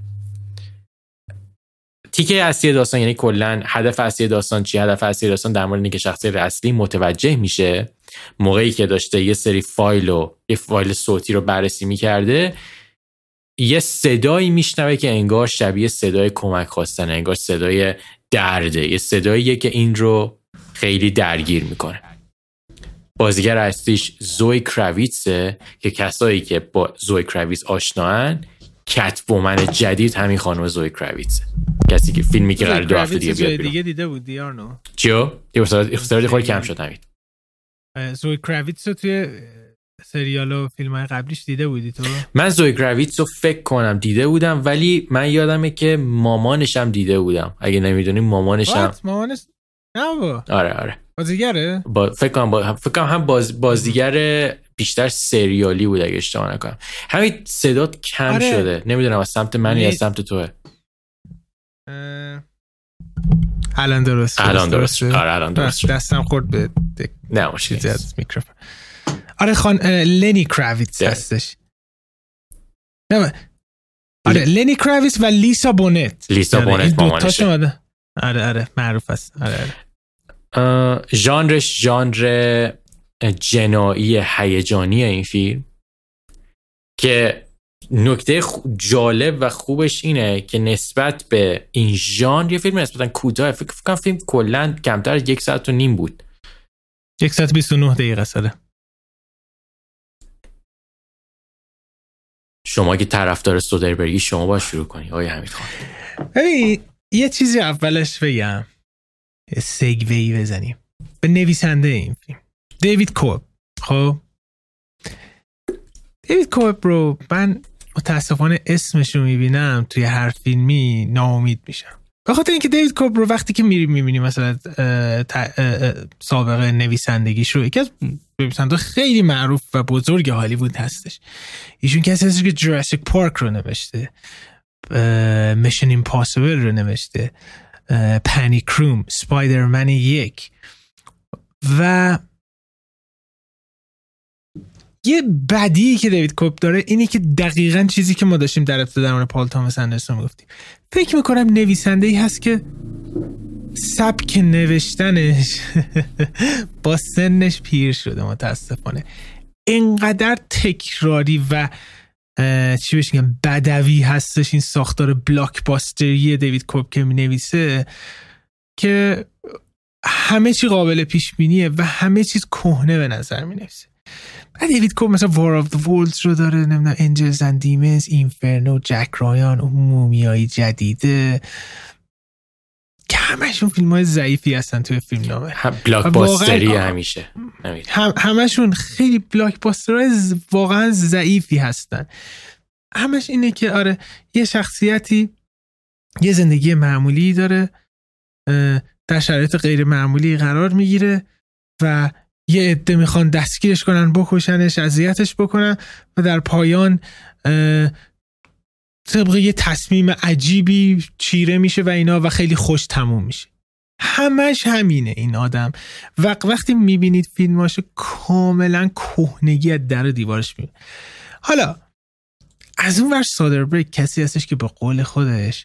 تیکه اصلی داستان، یعنی کلن هدف اصلی داستان چیه؟ هدف اصلی داستان در مورد اینه که شخصیت اصلی متوجه میشه موقعی که داشته یه سری فایل و یه فایل صوتی رو بررسی میکرده، یه صدایی میشنوه که انگار شبیه صدای کمک خواستن، انگار صدای درده، یه صداییه که این رو خیلی درگیر میکنه. بازیگر اصلیش زوی کراویتسه که کسایی که با زوی کراویتس آشناهن، کت وومن جدید همین خانم زوی کراویتسه، کسی که فیلمی که قرار دو هفته دیگه بیاد بیرون. دیگه دیده بود دیارنو چیو؟ یه اختصارات خیلی کم شد همین. زوی کراویتس رو توی سریال و فیلم‌های قبلیش دیده بودی تو؟ من زوی کراویتس رو فکر کنم دیده بودم، ولی من یادمه که مامانش هم دیده بودم. اگه نمیدونی مامانش هم مامانش نه با آره آره بازیگره؟ با فکر کنم با... فکر کنم هم باز... بازیگر بیشتر سریالی بود اگه اشتباه نکنم. همین صدات کم آره. شده، نمیدونم از سمت من یا از سمت توه. اه... الان درست الان درست آره الان درست دستم خورد به دک... نه مشکلی از میکروفون. آره خان لنی کراویتس هستش. نه آره ل... لنی کراویتس و لیسا بونت. لیسا آره. بونت مامانشه. آره آره معروف است. آره آره. ژانرش ژانر جنایی هیجانی این فیلم که نکته جالب و خوبش اینه که نسبت به این ژانر یه فیلم نسبتا کوتاه، فکر کنم فیلم کلا کمتر از یک ساعت و نیم بود. یک ساعت بیست و نه دقیقه ساله. شما که طرفدار سودربرگی شما باید شروع کنی آقای حمید خان. ببین یه چیزی اولش بگم، سگوی بزنیم به نویسنده این فیلم، دیوید کوب. خب دیوید کوب رو من متاسفانه اسمش رو میبینم توی هر فیلمی ناامید میشم، به خاطر اینکه دیوید کوب رو وقتی که میری میبینی مثلا سابقه نویسندگیش رو، یکی از نویسنده خیلی معروف و بزرگ هالیوود هستش. ایشون کسی هستش که جوراسیک پارک رو نوشته، میشن ایمپاسیبل رو نوشته، پانیک روم، اسپایدرمن یک، و یه بدی که دیوید کوب داره اینی که دقیقاً چیزی که ما داشتیم در ابتدا در مورد پال تاماس اندرسون گفتیم. فکر میکنم نویسنده‌ای هست که سبک نوشتنش با سنش پیر شده متاسفانه. اینقدر تکراری و چی بهش میگم بدوی هستش این ساختار بلاکباستری دیوید کوب که مینویسه که همه چی قابل پیش بینیه و همه چیز کهنه به نظر مینویسه. بعد دیوید کوب مثلا وار آف دی ورلدز رو داره، نمیدونم انجلز اند دیمنز، اینفرنو، جک رایان، اون مومیای جدیده که همشون فیلم‌های ضعیفی هستن توی فیلم نامه. هم بلاکباستری همیشه هم همشون خیلی بلاکباسترهای واقعا ضعیفی هستن. همش اینه که آره یه شخصیتی یه زندگی معمولی داره، در شرایط غیر معمولی قرار میگیره و یه عده میخوان دستگیرش کنن، بکشنش، اذیتش بکنن و در پایان طبق یه تصمیم عجیبی چیره میشه و اینا و خیلی خوش تموم میشه. همش همینه این آدم. و وقتی میبینید فیلماشو کاملا کهنگی از در دیوارش میبینید. حالا از اون ور سودربرگ کسی هستش که به قول خودش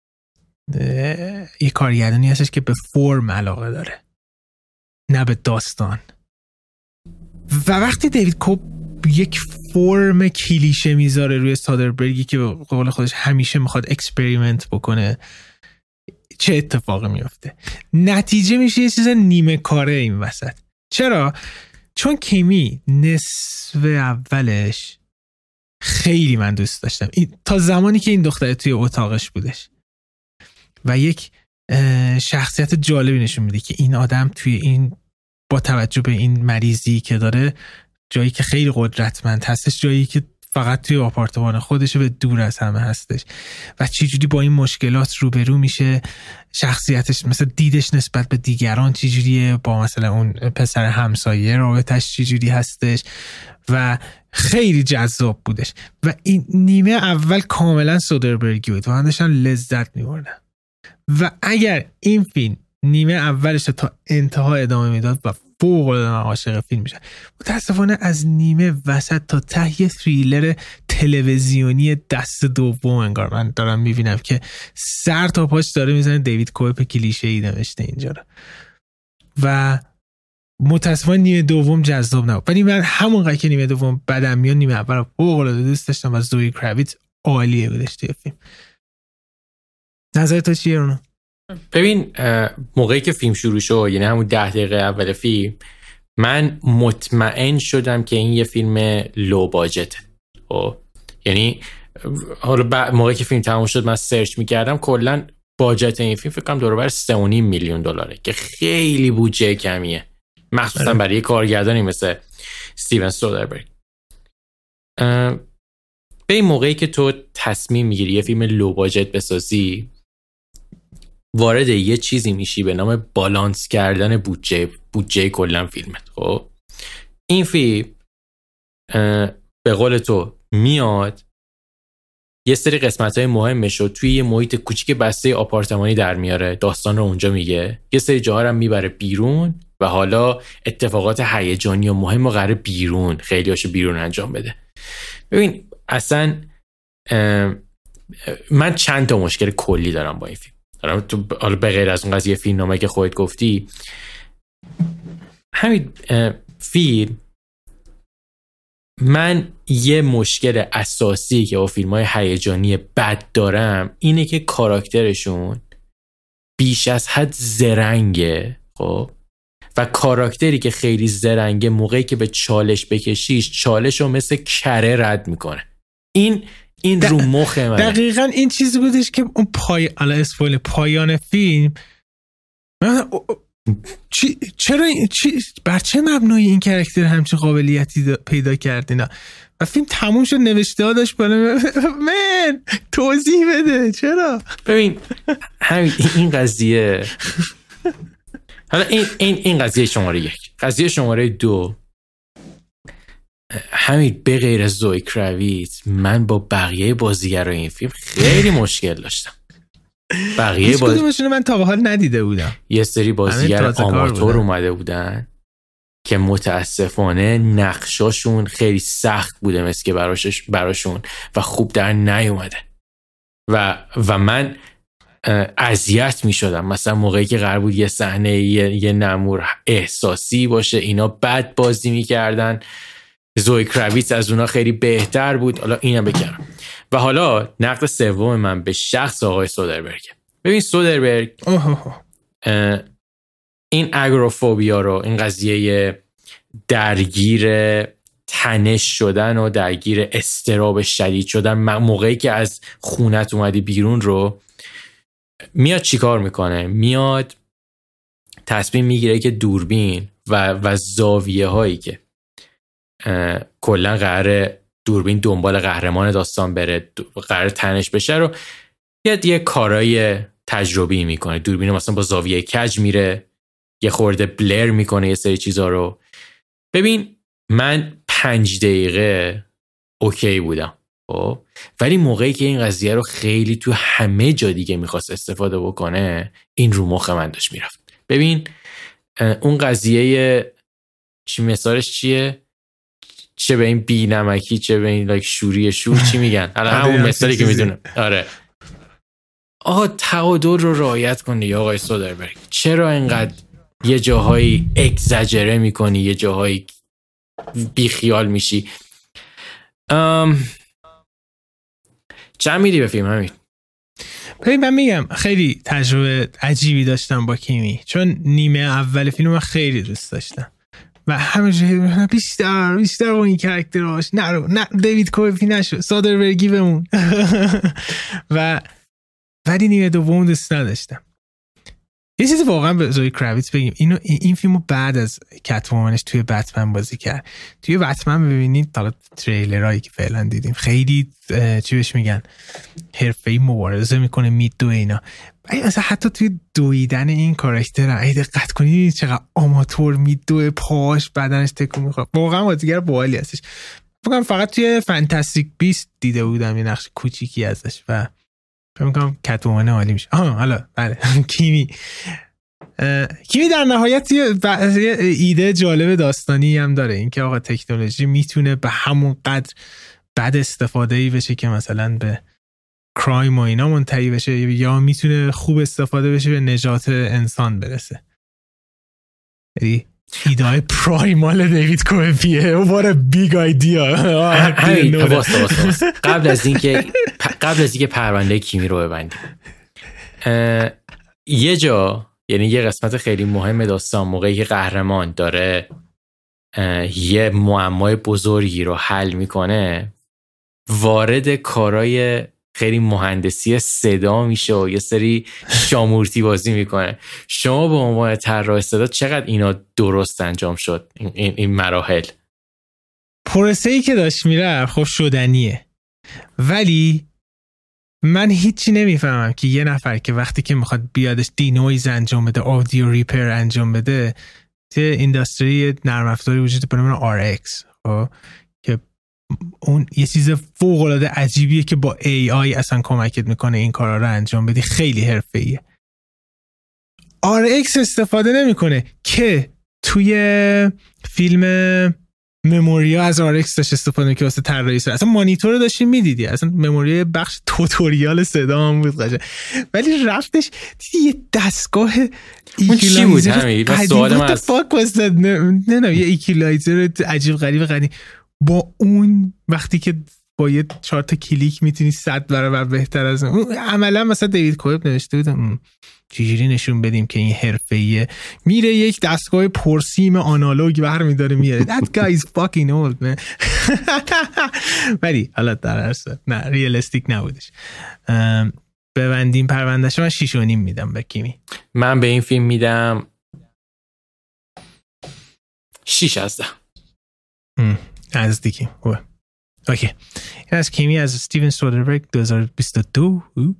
یه کارگردانی هستش که به فرم علاقه داره نه به داستان. و وقتی دیوید کوب یک فرم کلیشه میذاره روی سودربرگی که به قول خودش همیشه میخواد اکسپریمنت بکنه، چه اتفاقی میفته؟ نتیجه میشه یه چیز نیمه کاره این وسط. چرا؟ چون کیمی نصف اولش خیلی من دوست داشتم، تا زمانی که این دختر توی اتاقش بودش و یک شخصیت جالبی نشون میده که این آدم توی این با توجه به این مریضی که داره، جایی که خیلی قدرتمند هستش، جایی که فقط توی آپارتمان خودش و دور از همه هستش و چجوری با این مشکلات روبرو میشه، شخصیتش مثلا دیدش نسبت به دیگران چجوریه، با مثلا اون پسر همسایه رابطش چجوری هستش و خیلی جذاب بودش و این نیمه اول کاملا سودربرگی بود و من داشتم لذت می‌بردم و اگر این فیلم نیمه اولش تا انتها ادامه میداد و فوق العاده من عاشق فیلم میشم. متاسفانه از نیمه وسط تا ته یه تریلر تلویزیونی دست دوم انگار من دارم میبینم که سر تا پاش داره میزنه دیوید کوپ کلیشه‌ای نوشته اینجا رو و متاسفانه نیمه دوم جذاب نبود، ولی من همونقدر که نیمه دوم بدم میاد نیمه اول فوق العاده دوست داشتم و زوی کراویتز عالیه بودش توی فیلم. نظر تو چیه اونو؟ ببین موقعی که فیلم شروع شد، یعنی همون ده دقیقه اول فیلم، من مطمئن شدم که این یه فیلم لو باجته. خب یعنی حالا موقعی که فیلم تموم شد من سرچ میکردم، کلا باجت این فیلم فکر کنم دور و بر سه و نیم میلیون دلاره که خیلی بودجه کمیه، مخصوصا برای کارگردانی مثل استیون سودربرگ. به این موقعی که تو تصمیم میگیری یه فیلم لو باجت بسازی، وارد یه چیزی میشی به نام بالانس کردن بودجه بودجه کلا فیلمت. خب این فیلم به قول تو میاد یه سری قسمت‌های مهمش رو توی یه محیط کوچیک بسته آپارتمانی در میاره، داستان رو اونجا میگه، یه سری جاها رو میبره بیرون و حالا اتفاقات هیجانی و مهم رو قراره بیرون، خیلی هاشو بیرون انجام بده. ببین اصلا من چند تا مشکل کلی دارم با این فیلم. حالا به غیر از اون قضیه فیلمنامه که خودت گفتی، همین فیلم من یه مشکل اساسی که با فیلم‌های هیجانی بد دارم اینه که کاراکترشون بیش از حد زرنگه. خب و کاراکتری که خیلی زرنگه موقعی که به چالش بکشیش، چالش رو مثل کره رد میکنه. این این رو مخ من. دقیقاً این چیزی بودش که اون پای الا اسپویل پایان فیلم من چی چرا چی بر چه مبنای این کاراکتر همچین قابلیتی پیدا کرد اینا و فیلم تموم شد نوشته ها داشت بالا من توضیح بده چرا. ببین همین این قضیه، حالا این این این قضیه شماره یک. قضیه شماره دو، همین به غیر از زوی کراویتز من با بقیه بازیگرای این فیلم خیلی مشکل داشتم. بقیه باز... کدومشون من تا به حال ندیده بودم. یه سری بازیگر آماتور اومده بودن که متاسفانه نقشاشون خیلی سخت بوده مثل که براشش براشون و خوب در نیومده و و من اذیت می شدم. مثلا موقعی که قرار بود یه صحنه یه, یه نمور احساسی باشه، اینا بد بازی می کردن. زوی کراویتز از اونا خیلی بهتر بود. حالا اینم بگم. و حالا نقد سوم من به شخص آقای سودربرگ. ببین سودربرگ این اگروفوبیا رو، این قضیه درگیر تنش شدن و درگیر اضطراب شدید شدن موقعی که از خونت اومدی بیرون رو، میاد چیکار میکنه؟ میاد تصمیم میگیره که دوربین و و زاویه هایی که کلا قراره دوربین دنبال قهرمان داستان بره، قراره تنش بشه رو یه یه کارای تجربی میکنه. دوربین مثلا با زاویه کج میره، یه خورده بلر میکنه یه سری چیزا رو. ببین من پنج دقیقه اوکی بودم، خب ولی موقعی که این قضیه رو خیلی تو همه جا دیگه میخواست استفاده بکنه، این رو مخ من داشت میرفت. ببین اون قضیه چی مثالش چیه؟ چه به این بی نمکی، چه به این لایک شوری شور، چی میگن؟ الان همون مثالی که میدونم. آره آقا تعادل رو رعایت کنی یا آقای سودربرگ. چرا اینقدر یه جاهایی اگزاجره میکنی، یه جاهایی بی خیال میشی؟ ام... چند میدی به فیلم همین؟ ببین من میگم خیلی تجربه عجیبی داشتم با کیمی، چون نیمه اول فیلم من خیلی دوست داشتم و همه بیشتر بیشتر با این کاراکتراش نرو نه دیوید کوپی نشو سودربرگی بمون و ولی نیمه دوم دوست نداشتم یه چیزی واقعا به زوی کراویتز بگیم، اینو این فیلمو بعد از کت‌وومنش توی بتمن بازی کرد. توی بتمن ببینید حالا تریلرایی که فعلا دیدیم خیلی چی بهش میگن حرفه‌ای مبارزه میکنه، میدوه اینا. اصلا حتی توی دویدن این کاراکتر اگه دقت کنید چقدر آماتور میدوه، پاش بدنش تکون میخوره. واقعا بازیگر باحالی هستش. فکر فقط توی فانتاستیک بیست دیده بودم یه نقش کوچیکی ازش و فکر می‌کنم کت‌وومن عالی میشه. آها حالا بله کیمی کیمی در نهایت یه ایده جالب داستانی هم داره، اینکه آقا تکنولوژی میتونه به همون قدر بد استفاده‌ای بشه که مثلا به کرایم و اینا منتهی بشه، یا میتونه خوب استفاده بشه به نجات انسان برسه. یعنی ایده پرایمال دیوید کوهنیه. what a big idea. قبل از اینکه قبل از اینکه پرونده کیمی رو ببندیم، یه جا یعنی یه قسمت خیلی مهم داستان موقعی که قهرمان داره یه معمای بزرگی رو حل میکنه، وارد کارای خیلی مهندسی صدا میشه و یه سری شامورتی بازی میکنه. شما به عنوان طراح صدا چقدر اینا درست انجام شد این, این, این مراحل؟ پروسه‌ای که داشت میره خب شدنیه، ولی من هیچی نمیفهمم که یه نفر که وقتی که میخواد بیادش دینویز انجام بده، آدیو ریپر انجام بده، توی اینداستری نرم افزاری وجود به نام آر ایکس خب که اون یه چیز فوق العاده عجیبیه که با ای آی اصلا کمکت میکنه این کارا رو انجام بدی، خیلی حرفه‌ایه. آر ایکس استفاده نمیکنه که توی فیلم مموریا از آر ایکس داشت استفاده میکنه واسه طراحی صدا. اصلا مانیتور رو داشتیم میدیدی، اصلا مموریا بخش توتوریال صدا هم بود قشنگ، ولی رفتش دیدی یه دستگاه ایکولایزر عجیب نه نه نه یه ایکولایزر عجیب غریب قدیم با اون وقتی که با یه چهار تا کلیک میتونی صد برابر بهتر از اون. عملا مثلا دیوید کوهب نوشته بودم چجوری نشون بدیم که این حرفه‌ایه، میره یک دستگاه پرسیم آنالوگ برمی‌داره میاره. That guy is fucking old man. ولی حالا در هر صورت نه ریالستیک نبودش. ببندیم پروندهشو. من شیش و نیم میدم به کیمی. من به این فیلم میدم شیش از ده. نزدیکی خوبه. اوکی. این از کیمی از استیون سودربرگ دو هزار و بیست و دو.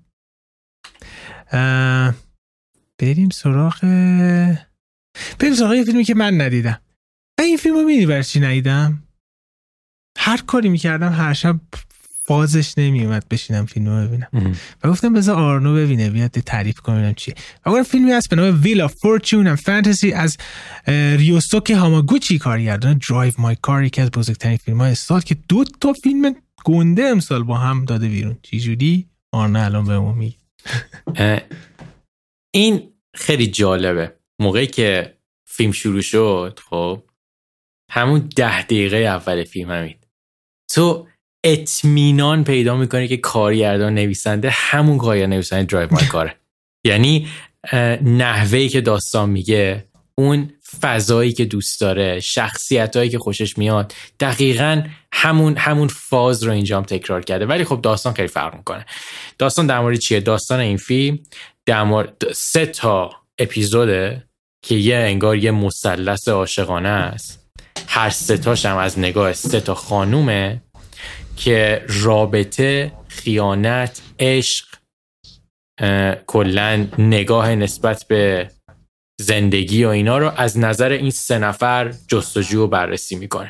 بریم سراغ بریم سراغ یه فیلمی که من ندیدم. من این فیلمو میدونی برای چی ندیدم؟ هر کاری میکردم هر شب فازش نمیومد بشینم فیلمو ببینم و گفتم بذار آرنو ببینه بیاد تعریف کنم ببینم چیه. و اون فیلمی هست به نام ویل آف فورچون اند فانتزی از ریوسوکی هاماگوچی کارگردان درایو مای کار، که از بزرگترین فیلم‌های سال که دو تا فیلم گنده امسال با هم داده بیرون. چی جوری آرنو الان بهمون میگه؟ این خیلی جالبه. موقعی که فیلم شروع شد خب همون ده دقیقه اول فیلم همین تو اطمینان پیدا میکنی که کارگردان نویسنده همون کارگردان نویسنده درایو مای کاره. یعنی نحوهی که داستان میگه، اون فضایی که دوست داره، شخصیتایی که خوشش میاد، دقیقاً همون همون فاز رو اینجا هم تکرار کرده. ولی خب داستان خیلی فرق میکنه. داستان در مورد چیه؟ داستان این فیلم در مورد سه تا اپیزوده که یه انگار یه مثلث عاشقانه است. هر سه تاش هم از نگاه سه تا خانومه که رابطه، خیانت، عشق، کلاً نگاه نسبت به زندگی و اینا رو از نظر این سه نفر جستجو و بررسی میکنه.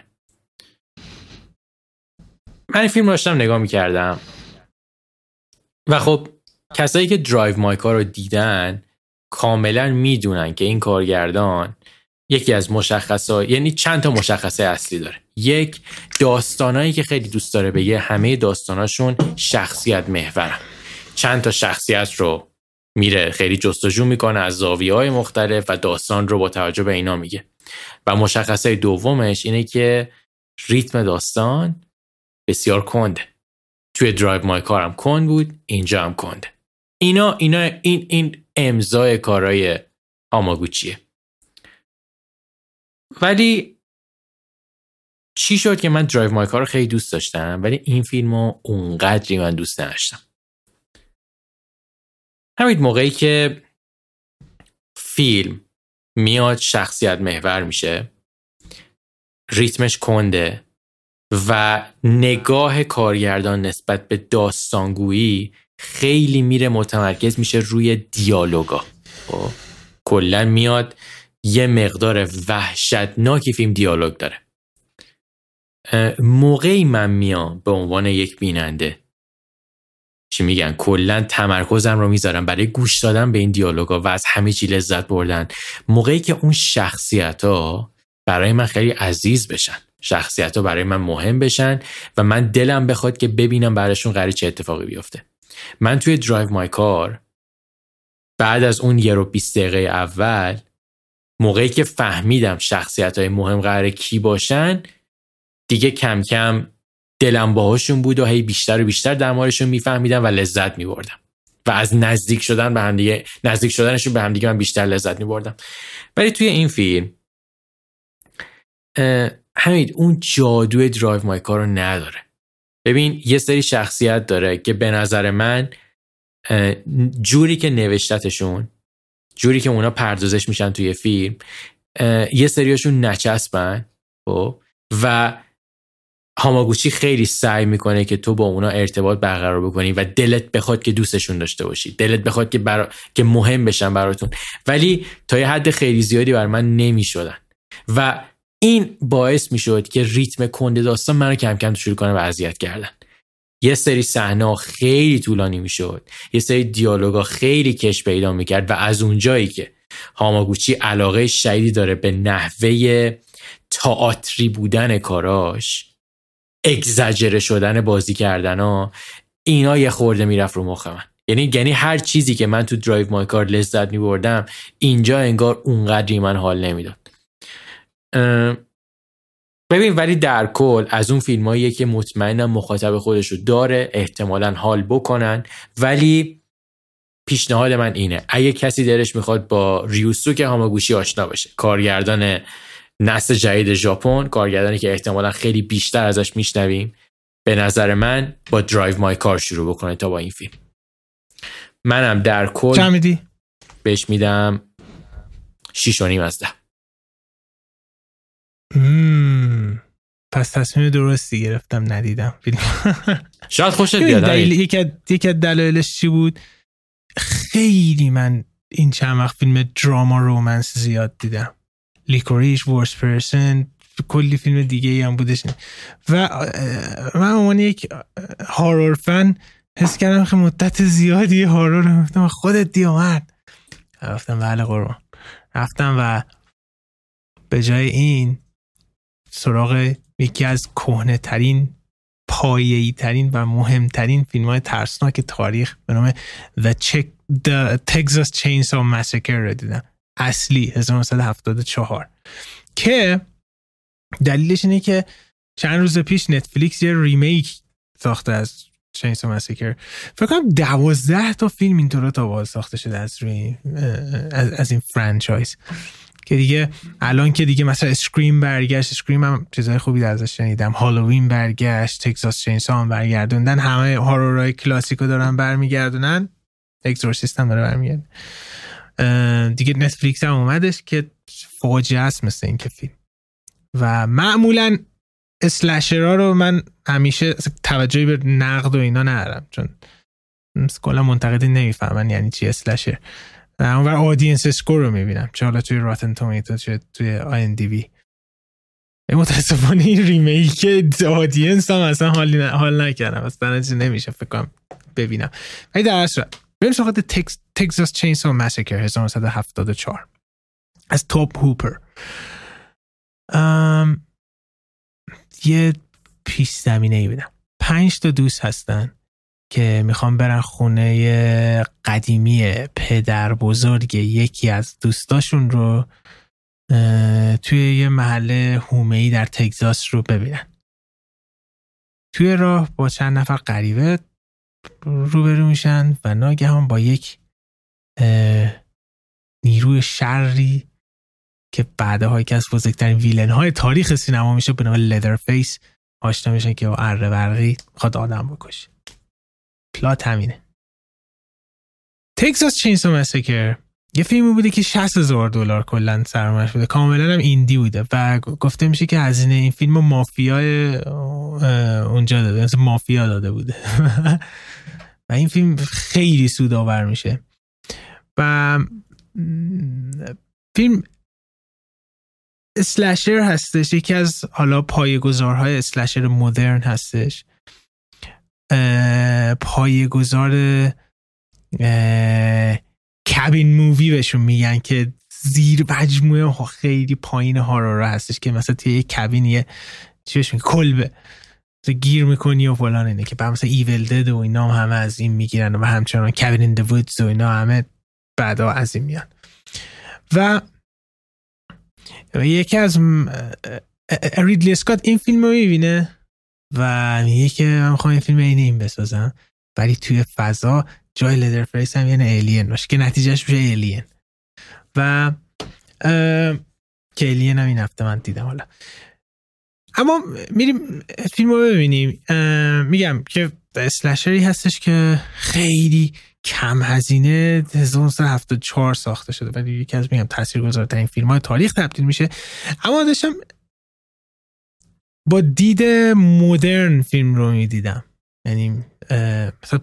من این فیلم رو داشتم نگاه میکردم و خب کسایی که درایو مای کار رو دیدن کاملا میدونن که این کارگردان یکی از مشخصات، یعنی چند تا مشخصه اصلی داره. یک، داستانایی که خیلی دوست داره بگه همه داستاناشون شخصیت محورن. چند تا شخصیت رو میره خیلی جستجو میکنه از زاویه‌های مختلف و داستان رو با توجه به اینا میگه. و مشخصه دومش اینه که ریتم داستان بسیار کنده. توی درایو مای کار هم کند بود، اینجا هم کنده. اینا اینا این این امضای کارهای هاماگوچیه. ولی چی شد که من درایو مای کار رو خیلی دوست داشتم ولی این فیلمو اونقدری من دوست نداشتم. همین موقعی که فیلم میاد شخصیت محور میشه، ریتمش کنده و نگاه کارگردان نسبت به داستانگویی خیلی میره متمرکز میشه روی دیالوگا. کلا میاد یه مقدار وحشتناکی فیلم دیالوگ داره. موقعی من میام به عنوان یک بیننده چی میگن کلا تمرکزم رو میذارم برای گوش دادن به این دیالوگا و از همه چی لذت بردن، موقعی که اون شخصیت ها برای من خیلی عزیز بشن، شخصیت ها برای من مهم بشن و من دلم بخواد که ببینم براشون قراره چه اتفاقی بیفته. من توی درایو مای کار بعد از اون یه رو بیست دقیقه اول موقعی که فهمیدم شخصیت های مهم قراره کی باشن دیگه کم کم دلم باهاشون بود و هی بیشتر و بیشتر در موردشون میفهمیدم و لذت میبردم و از نزدیک شدن به هم دیگه نزدیک شدنشون به هم دیگه من بیشتر لذت میبردم. ولی توی این فیلم همین اون جادوی درایو مای کار رو نداره. ببین یه سری شخصیت داره که به نظر من جوری که نوشتتشون، جوری که اونا پردازش میشن توی فیلم، یه سریاشون نچسبن و هاماگوچی خیلی سعی میکنه که تو با اونا ارتباط برقرار بکنی و دلت بخواد که دوستشون داشته باشی، دلت بخواد که برا... که مهم بشن براتون، ولی تا یه حد خیلی زیادی بر من نمیشدن و این باعث میشد که ریتم کنده داستان منو کم کم شروع کنه به اذیت کردن. یه سری صحنه خیلی طولانی میشد، یه سری دیالوگا خیلی کش پیدا میکرد و از اونجایی که هاماگوچی علاقه شدیدی داره به نحوه تئاتری بودن کاراش، اگزاجره شدن بازی کردن ها، اینا یه خورده میرفت رو مخ من. یعنی یعنی هر چیزی که من تو درایو مای کار لذت میبردم اینجا انگار اونقدری من حال نمیداد. ببین ولی در کل از اون فیلماییه که مطمئنم مخاطب خودشو داره، احتمالاً حال بکنن، ولی پیشنهاد من اینه اگه کسی دلش میخواد با ریوسوکه هاماگوچی آشنا بشه، کارگردان نسل جدید ژاپن، کارگردانی که احتمالاً خیلی بیشتر ازش میشنویم، به نظر من با درایو مای کار شروع بکنه تا با این فیلم. منم در کل چند میدی؟ بهش میدم شیش و نیم از ده. مم. پس تصمیم درستی گرفتم ندیدم فیلم. شاید خوشت بیاد. یکی یکی از دلایلش چی بود؟ خیلی من این چند وقت فیلم دراما رومنس زیاد دیدم، لیکوریش، ورس پرسن، کلی فیلم دیگه ای هم بودش و من عنوان یک هارور فن حس کردم که مدت زیادی هارور رو گفتم خودت دیامد رفتم بله قربان رفتم و به جای این سراغ یکی از کهنه ترین، پایه‌ای ترین و مهمترین فیلم های ترسناک تاریخ به نام The, Check, The Texas Chainsaw Massacre رو دیدم، اصلی هزار و نهصد و هفتاد و چهار، که دلیلش اینه که چند روز پیش نتفلیکس یه ریمیک ساخته از Chainsaw Massacre. فکر کنم دوازده تا فیلم اینطور تا باز ساخته شده از, ری... از از این فرانچایز که دیگه الان که دیگه مثلا اسکریم برگشت، اسکریم هم چیزای خوبی ازش شنیدم، هالووین برگشت، تگزاس چینسا هم برگردوندن، همه هارورای کلاسیکو دارن برمیگردونن، اکزورسیست هم داره برمیگردن دیگه. نتفلیکس هم اومدش که فاجعه است مثل این که فیلم. و معمولا اسلشرها رو من همیشه توجهی به نقد و اینا ندارم، چون کلا منتقدی نمیفهمن یعنی چی اسلشر. اونور آدینس اسکور رو میبینم، چه حالا توی راتن تومیتو چه توی آی ان دی بی. متاسفانه این ریمیک آدینس هم اصلا حال حال نکردم، اصلا چیز نمیشه فکر کنم ببینم. ولی در اصل بریم سراغ تگزاس چینسا مساکر هزار و نهصد و هفتاد و چهار از توب هوپر. ام یه پیش زمینه ای بدم. پنج تا دوست هستن که میخوام برن خونه قدیمی پدر بزرگ یکی از دوستاشون رو توی یه محله هومه‌ای در تگزاس رو ببینن. توی راه با چند نفر غریبه روبرو میشن و ناگهان با یک نیروی شری که بعدها یکی از بزرگترین ویلن های تاریخ سینما میشه به نام لدرفیس آشنا میشن که با اره برقی میخواد آدم بکشه. پلات همینه. تگزاس چینسا مساکر یه فیلمی بوده که شصت هزار دلار کلا سرمایه‌اش بوده، کاملا هم ایندی بوده و گفته میشه که هزینه این فیلم مافیای اونجا داده، مثلا مافیا داده بوده و این فیلم خیلی سودآور میشه. و فیلم اسلشر هستش، یکی از حالا پایه‌گذارهای اسلشر مدرن هستش، پایه‌گذار کابین مووی بهشون میگن که زیر مجموعه خیلی پایین هارور هستش که مثلا توی یک کابین یه چی بهش میگن کلبه گیر میکنی و فلان، اینه که بعد مثلا ایول دد و اینا همه از این میگیرن و همچنان کابین این د وودز و اینا همه بعدا از این میان. و یکی از ریدلی اسکات این فیلم رو میبینه و میگه که من میخوام این فیلم اینه این بسازم، ولی توی فضا جای لدرفریس هم یعنی ایلین باشه که نتیجهش بشه ایلین. و که ایلین هم این هفته من دیدم. حالا اما میریم فیلم رو ببینیم. میگم که اسلشری هستش که خیلی کم هزینه هزار و نهصد و هفتاد و چهار ساخته شده، ولی یکی از میگم تاثیرگذارترین فیلم‌های تاریخ تبدیل میشه. اما داشتم با دید مدرن فیلم رو میدیدم، یعنی مثلا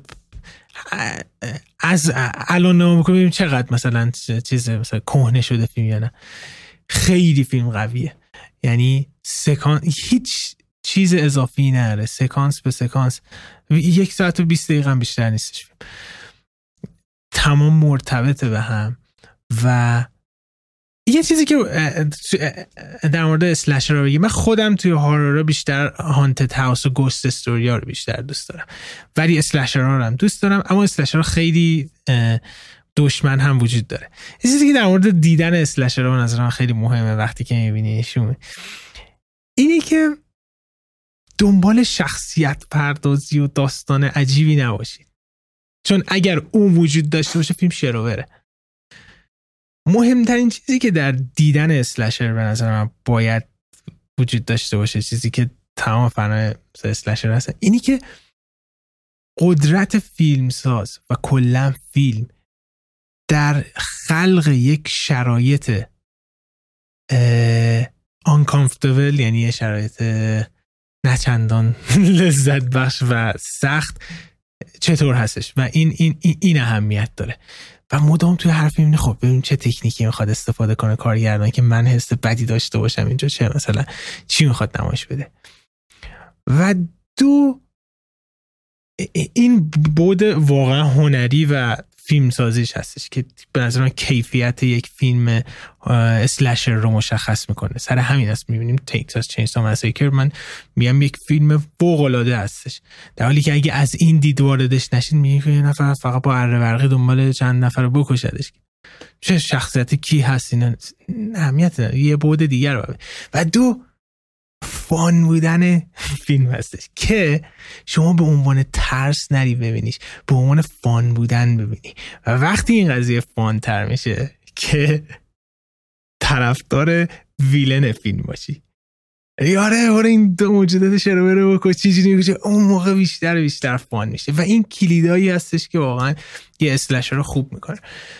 از الان نگاه می‌کنم ببینیم چقدر مثلا چیز مثلا کهنه شده فیلم یا نه. خیلی فیلم قویه، یعنی سکانس هیچ چیز اضافی نداره، سکانس به سکانس یک ساعت و بیست دقیقه هم بیشتر نیستش فیلم، تمام مرتبطه به هم. و یه چیزی که در مورد اسلشر رو بگیم، من خودم توی هارورا بیشتر هانتد هاوس و گوست استوریا رو بیشتر دوست دارم، ولی اسلشر رو هم دوست دارم، اما اسلشر خیلی دشمن هم وجود داره. یه چیزی که در مورد دیدن اسلشر رو نظر من خیلی مهمه وقتی که میبینیشون اینی که دنبال شخصیت پردازی و داستان عجیبی نباشید، چون اگر اون وجود داشته باشه فیلم شروره. مهمترین چیزی که در دیدن اسلشر به نظر من باید وجود داشته باشه، چیزی که تمام فنای اسلشر هست، اینی که قدرت فیلمساز و کلا فیلم در خلق یک شرایط uncomfortable، یعنی یه شرایط نچندان لذت بخش و سخت چطور هستش و این این این, این اهمیت داره. و مدام توی هر فیلم خب ببین چه تکنیکی میخواد استفاده کنه کارگردان که من حس بدی داشته باشم اینجا، چه مثلا چی میخواد نمایش بده. و دو، این بود واقعا هنری و فیلم سازیش هستش که به نظر من کیفیت یک فیلم اسلشر رو مشخص میکنه. سر همین است میبینیم تگزاس چینسا مسیکر من میگم یک فیلم فوق العاده هستش، در حالی که اگه از این دید واردش نشین میگه یه نفر فقط با اره برقی دنبال چند نفر رو بکشدش، چه شخصیت کی هست اینا اهمیت نداره، یه بعد دیگر رو. و دو، فان بودن فیلم هستش که شما به عنوان ترس نری ببینیش، به عنوان فان بودن ببینی. و وقتی این قضیه فان تر میشه که طرفدار ویلن فیلم باشی، یاره آره این دو موجودات شروع رو بکش چیزی نمیشه، اون موقع بیشتر بیشتر فان میشه. و این کلیدایی هستش که واقعا یه اسلشر رو خوب میکنه.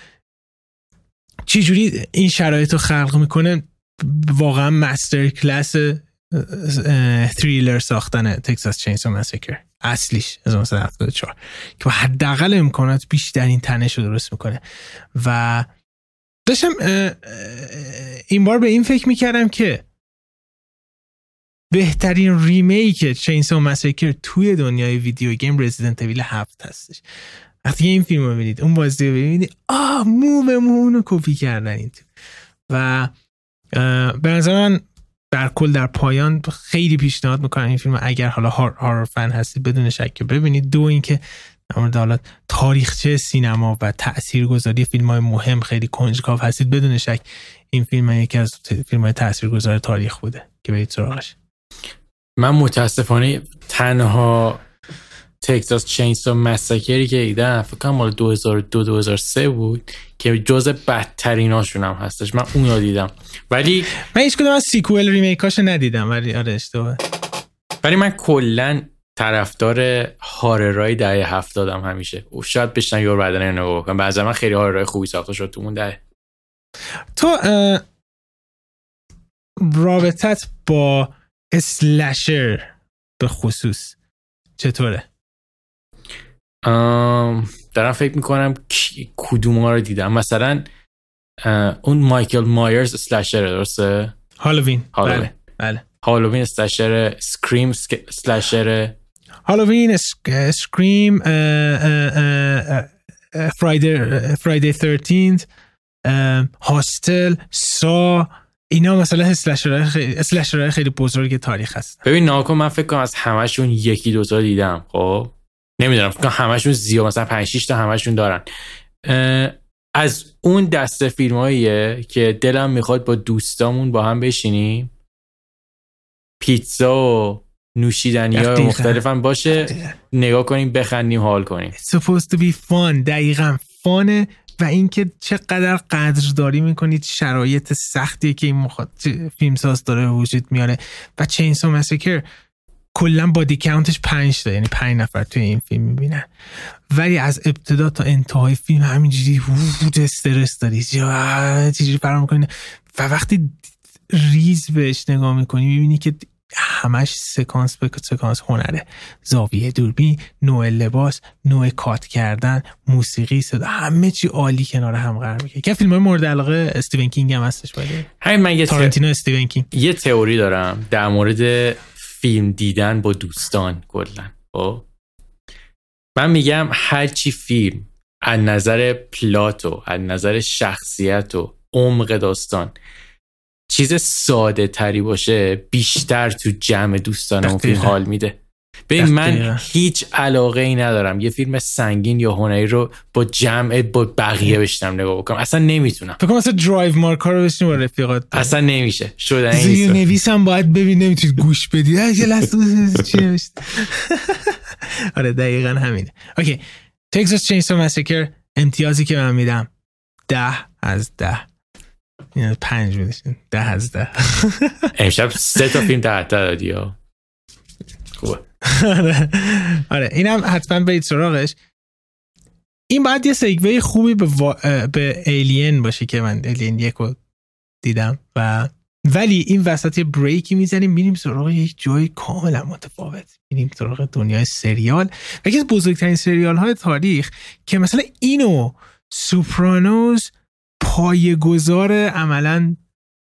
چی جوری این شرایط رو خلق میکنه؟ واقعا مستر کلاس تریلر ساختن تگزاس چینسا مسیکر اصلیش از مثلا هفتاد و چهار که حداقل امکانات بیشترین تنش رو درست میکنه. و داشتم این بار به این فکر میکردم که بهترین ریمیک چینسا مسیکر توی دنیای ویدیو گیم رزیدنت اویل هفت هستش. وقتی این فیلم رو ببینید، اون بازی رو ببینید، آه مو به مو اونو کپی کردن این تو. و به نظر من در کل در پایان خیلی پیشنهاد میکنم این فیلم اگر حالا هارور فن هستید بدون شک ببینید. دو اینکه در مورد حالا تاریخچه سینما و تاثیرگذاری فیلم‌های مهم خیلی کنجکاو هستید بدون شک این فیلم یکی از فیلم‌های تاثیرگذار تاریخ بوده که برید سراغش. من متاسفانه تنها تگزاس چینسا مساکری که دیدم فکر کنم مال دو هزار و دو دو هزار و سه بود که جز بدتریناشون هم هستش. من اون رو دیدم، ولی من هیچ کدوم از سیکوئل ریمیکاشو ندیدم. ولی آره اشتباه. ولی من کلا طرفدار هاررای دهه هفتادم همیشه. و شاید بشنم یور بدنه نگاه بکنم. به نظر من خیلی هاررای خوبی ساخته شد تو اون دهه. تو رابطت با اسلشر به خصوص چطوره؟ دارم فکر میکنم کدوم ها رو دیدم. مثلا اون مایکل مایرز اسلشر درسته؟ هالووین. هالووین. بله. هالووین اسلشر. سکریم اسلشر. هالووین، سکریم، فرایدی فرایدی ترتینت، هاستل، سا، اینا مثلا اسلشرهای خیلی اسلشرهای خیلی بزرگ تاریخ هست. ببین ناکن من فکر کنم از همشون یکی دو تا دیدم. خب نمیدونم، فکر کنم همشون زیاد، مثلا پنج شش تا همشون دارن. از اون دسته فیلماییه که دلم میخواد با دوستامون با هم بشینیم، پیتزا و نوشیدنی‌های مختلف هم باشه، دقیقا. نگاه کنیم، بخندیم، حال کنیم. It's supposed to be fun. دقیقاً فانه. و اینکه چقدر قدرداری میکنید شرایط سختیه که این مخاط... فیلمساز داره وجود میاره. و چینسا مسیکر کلا بادی کاونتش پنج تا، یعنی پنج نفر توی این فیلم میبینن، ولی از ابتدا تا انتهای فیلم همینجوری وود استرس داری چیزی فرام میکنی. و وقتی ریز بهش نگاه میکنی میبینی که همش سکانس به سکانس هنره، زاویه دوربین، نوع لباس، نوع کات کردن، موسیقی، صدا، همه چی عالی کنار هم قرار میگیره. که فیلم‌های مورد علاقه استیون کینگ هم هستش. ولی همین من یه تارانتینو، استیون کینگ. یه تئوری دارم در مورد فیلم دیدن با دوستان کلا. خب من میگم هر چی فیلم از نظر پلات و از نظر شخصیت و عمق داستان چیز ساده تری باشه، بیشتر تو جمع دوستان اون فیلم حال میده. ببین من هیچ علاقه ای ندارم یه فیلم سنگین یا هنری رو با جمع با بقیه بشنم نگاه بکنم، اصلا نمیتونم. فکر کنم مثلا درایو مارکا رو بشینیم با رفیقات، اصلا نمیشه. شدن این زیو نویسم باید ببین، نمیتونید گوش بدی یه لحظه چی نوشت. آره دقیقاً همینه. اوکی، تگزاس چینسا مسیکر امتیازی که من میدم ده از ده. این پنج میدشین ده از ده. امشب سه تا فیلم ده دادی ها. خوبه. آره آره اینم حتما برید سراغش. این باید یه سیگوی خوبی به, و... به ایلین باشه که من ایلین یک رو دیدم و ولی این وسط یه بریکی میزنیم میریم سراغ یک جای کاملا متفاوت، میریم سراغ دنیای سریال و یکی از بزرگترین سریال های تاریخ که مثلا اینو سوپرانوز پایه‌گذار عملاً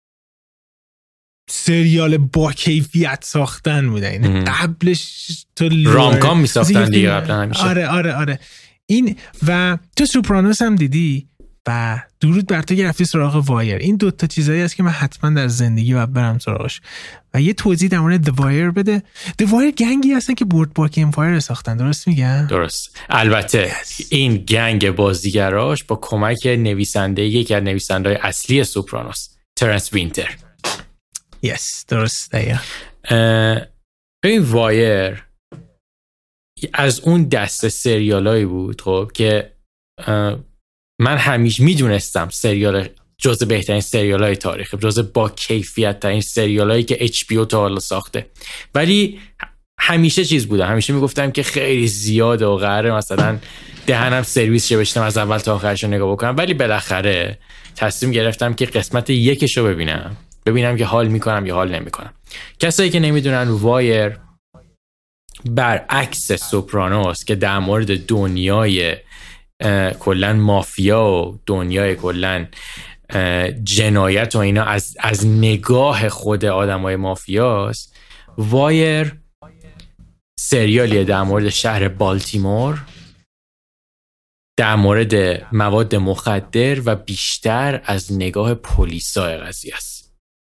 سریال با کیفیت ساختن بوده. این قبلش تو رامکام می ساختن دیگه قبلا همیشه. آره آره آره این و تو سوپرانوس هم دیدی و درود بر تو گرفتی سراغ وایر. این دوتا چیزایی هست که من حتما در زندگی باید برم سراغش. و یه توضیح در مورد The Wire بده. The Wire گنگی هستن که بورد باک امپایر ساختن، درست میگم؟ درست. البته yes. این گنگ بازیگراش با کمک نویسنده یکی از نویسنده‌های اصلی سوپرانوس، ترنس وینتر. یس درست. دقیقا این وایر از اون دسته سریالایی بود خب که من همیشه میدونستم سریال جزء بهترین سریالای تاریخ، جزء با کیفیت ترین سریالایی که اچ بی او تا حالا ساخته، ولی همیشه چیز بودم، همیشه میگفتم که خیلی زیاده و قراره مثلا دهنم سرویس شه بشنم از اول تا آخرش رو نگاه بکنم. ولی بالاخره تصمیم گرفتم که قسمت یکش رو ببینم ببینم که حال میکنم یا حال نمیکنم. کسایی که نمیدونن وایر برعکس سوپرانوس که در مورد دنیای کلن مافیا و دنیای کلن جنایت و اینا از, از نگاه خود آدمای مافیاست، وایر سریالیه در مورد شهر بالتیمور، در مورد مواد مخدر و بیشتر از نگاه پلیسای قضیه است.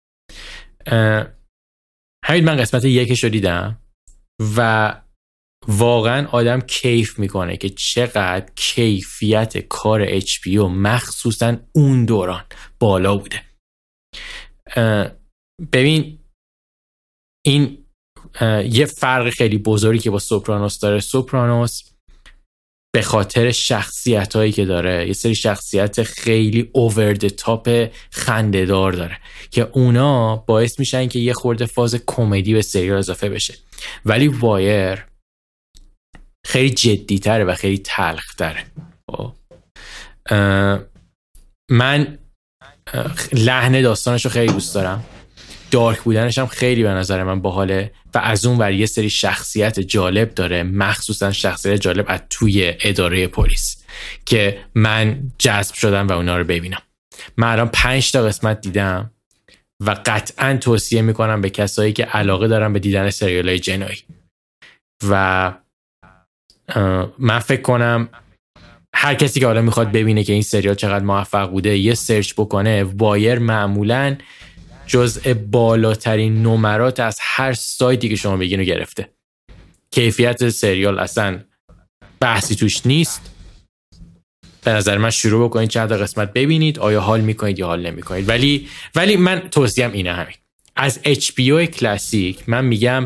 همین من قسمت یکش رو دیدم و واقعا آدم کیف میکنه که چقدر کیفیت کار اچ بی او مخصوصا اون دوران بالا بوده. ببین این یه فرق خیلی بزرگی که با سوپرانوس داره، سوپرانوس به خاطر شخصیت هایی که داره یه سری شخصیت خیلی اوور د تاپ خنده‌دار داره که اونا باعث میشن که یه خورده فاز کمدی به سریال اضافه بشه. ولی وایر خیلی جدی‌تره و خیلی تلخ‌تره. من لحن داستانش رو خیلی دوست دارم، دارک بودنش هم خیلی به نظر من باحاله و از اون ور یه سری شخصیت جالب داره، مخصوصا شخصیت جالب از توی اداره پلیس که من جذب شدم و اونا رو ببینم. من الان پنج تا قسمت دیدم و قطعا توصیه میکنم به کسایی که علاقه دارن به دیدن سریال‌های جنایی و من فکر کنم هر کسی که حالا میخواد ببینه که این سریال چقدر موفق بوده یه سرچ بکنه. وایر معمولاً جزء بالاترین نمرات از هر سایتی که شما بگین رو گرفته. کیفیت سریال اصلا بحثی توش نیست. به نظر من شروع بکنید چند تا قسمت ببینید، آیا حال میکنید یا حال نمیکنید. ولی ولی من توصیهم اینه، همین از اچ بی او کلاسیک من میگم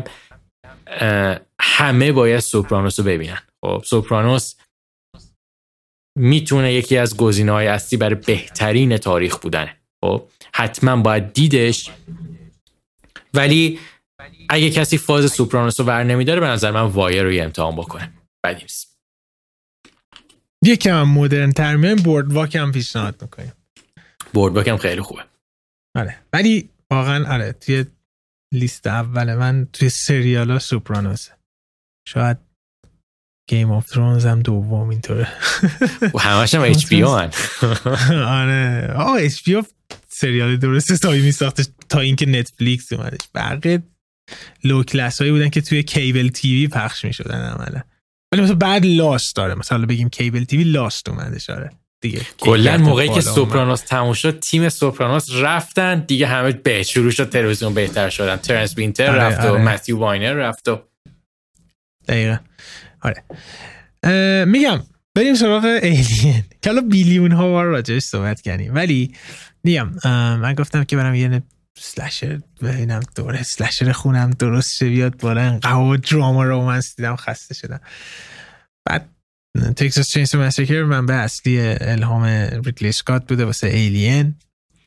همه باید سوپرانوس رو ببینن. خب سوپرانوس میتونه یکی از گزینه‌های اصلی برای بهترین تاریخ بودنه. خب حتما باید دیدش، ولی اگه کسی فاز سوپرانوس رو ور نمیداره به نظر من وایر رو یه امتحان بکنه، بدی نیست. یکم مدرن تر میایم بورد واک هم پیشنهاد میکنیم. بورد واک هم خیلی خوبه. آره ولی واقعا آره توی لیست اول من توی سریالا سوپرانوسه. شاید گیم آف ترونز هم دوم اینطوره و همش هم اچ بی او هن. آره آه اچ بی او سریال درسته تایی می ساختش تا اینکه نتفلیکس اومدش. بقیه لو کلاس هایی بودن که توی کیبل تیوی پخش می شدن عملا. ولی مثلا بعد لاست داره، مثلا بگیم کیبل تیوی لاست اومدش. آره دیگه کلا موقعی که سوپرانوس تموم شد تیم سوپرانوس رفتن دیگه، همه به شروع شد تلویزیون بهتر شدن. ترنس وینتر آره، رفت آره. و متیو واینر رفت و دقیقاً. آره میگم بریم سراغ ایلین که حالا بیلیون ها بار راجعش صحبت کنیم، ولی میگم من گفتم که برم یه سلشر ببینم، دوره سلشر خونم درست شه بیاد بالا. انقدر دراما رومنس دیدم خسته شدم. بعد تکساس چینسو مساکر من به اصلی الهام ریدلی اسکات بوده واسه ایلین.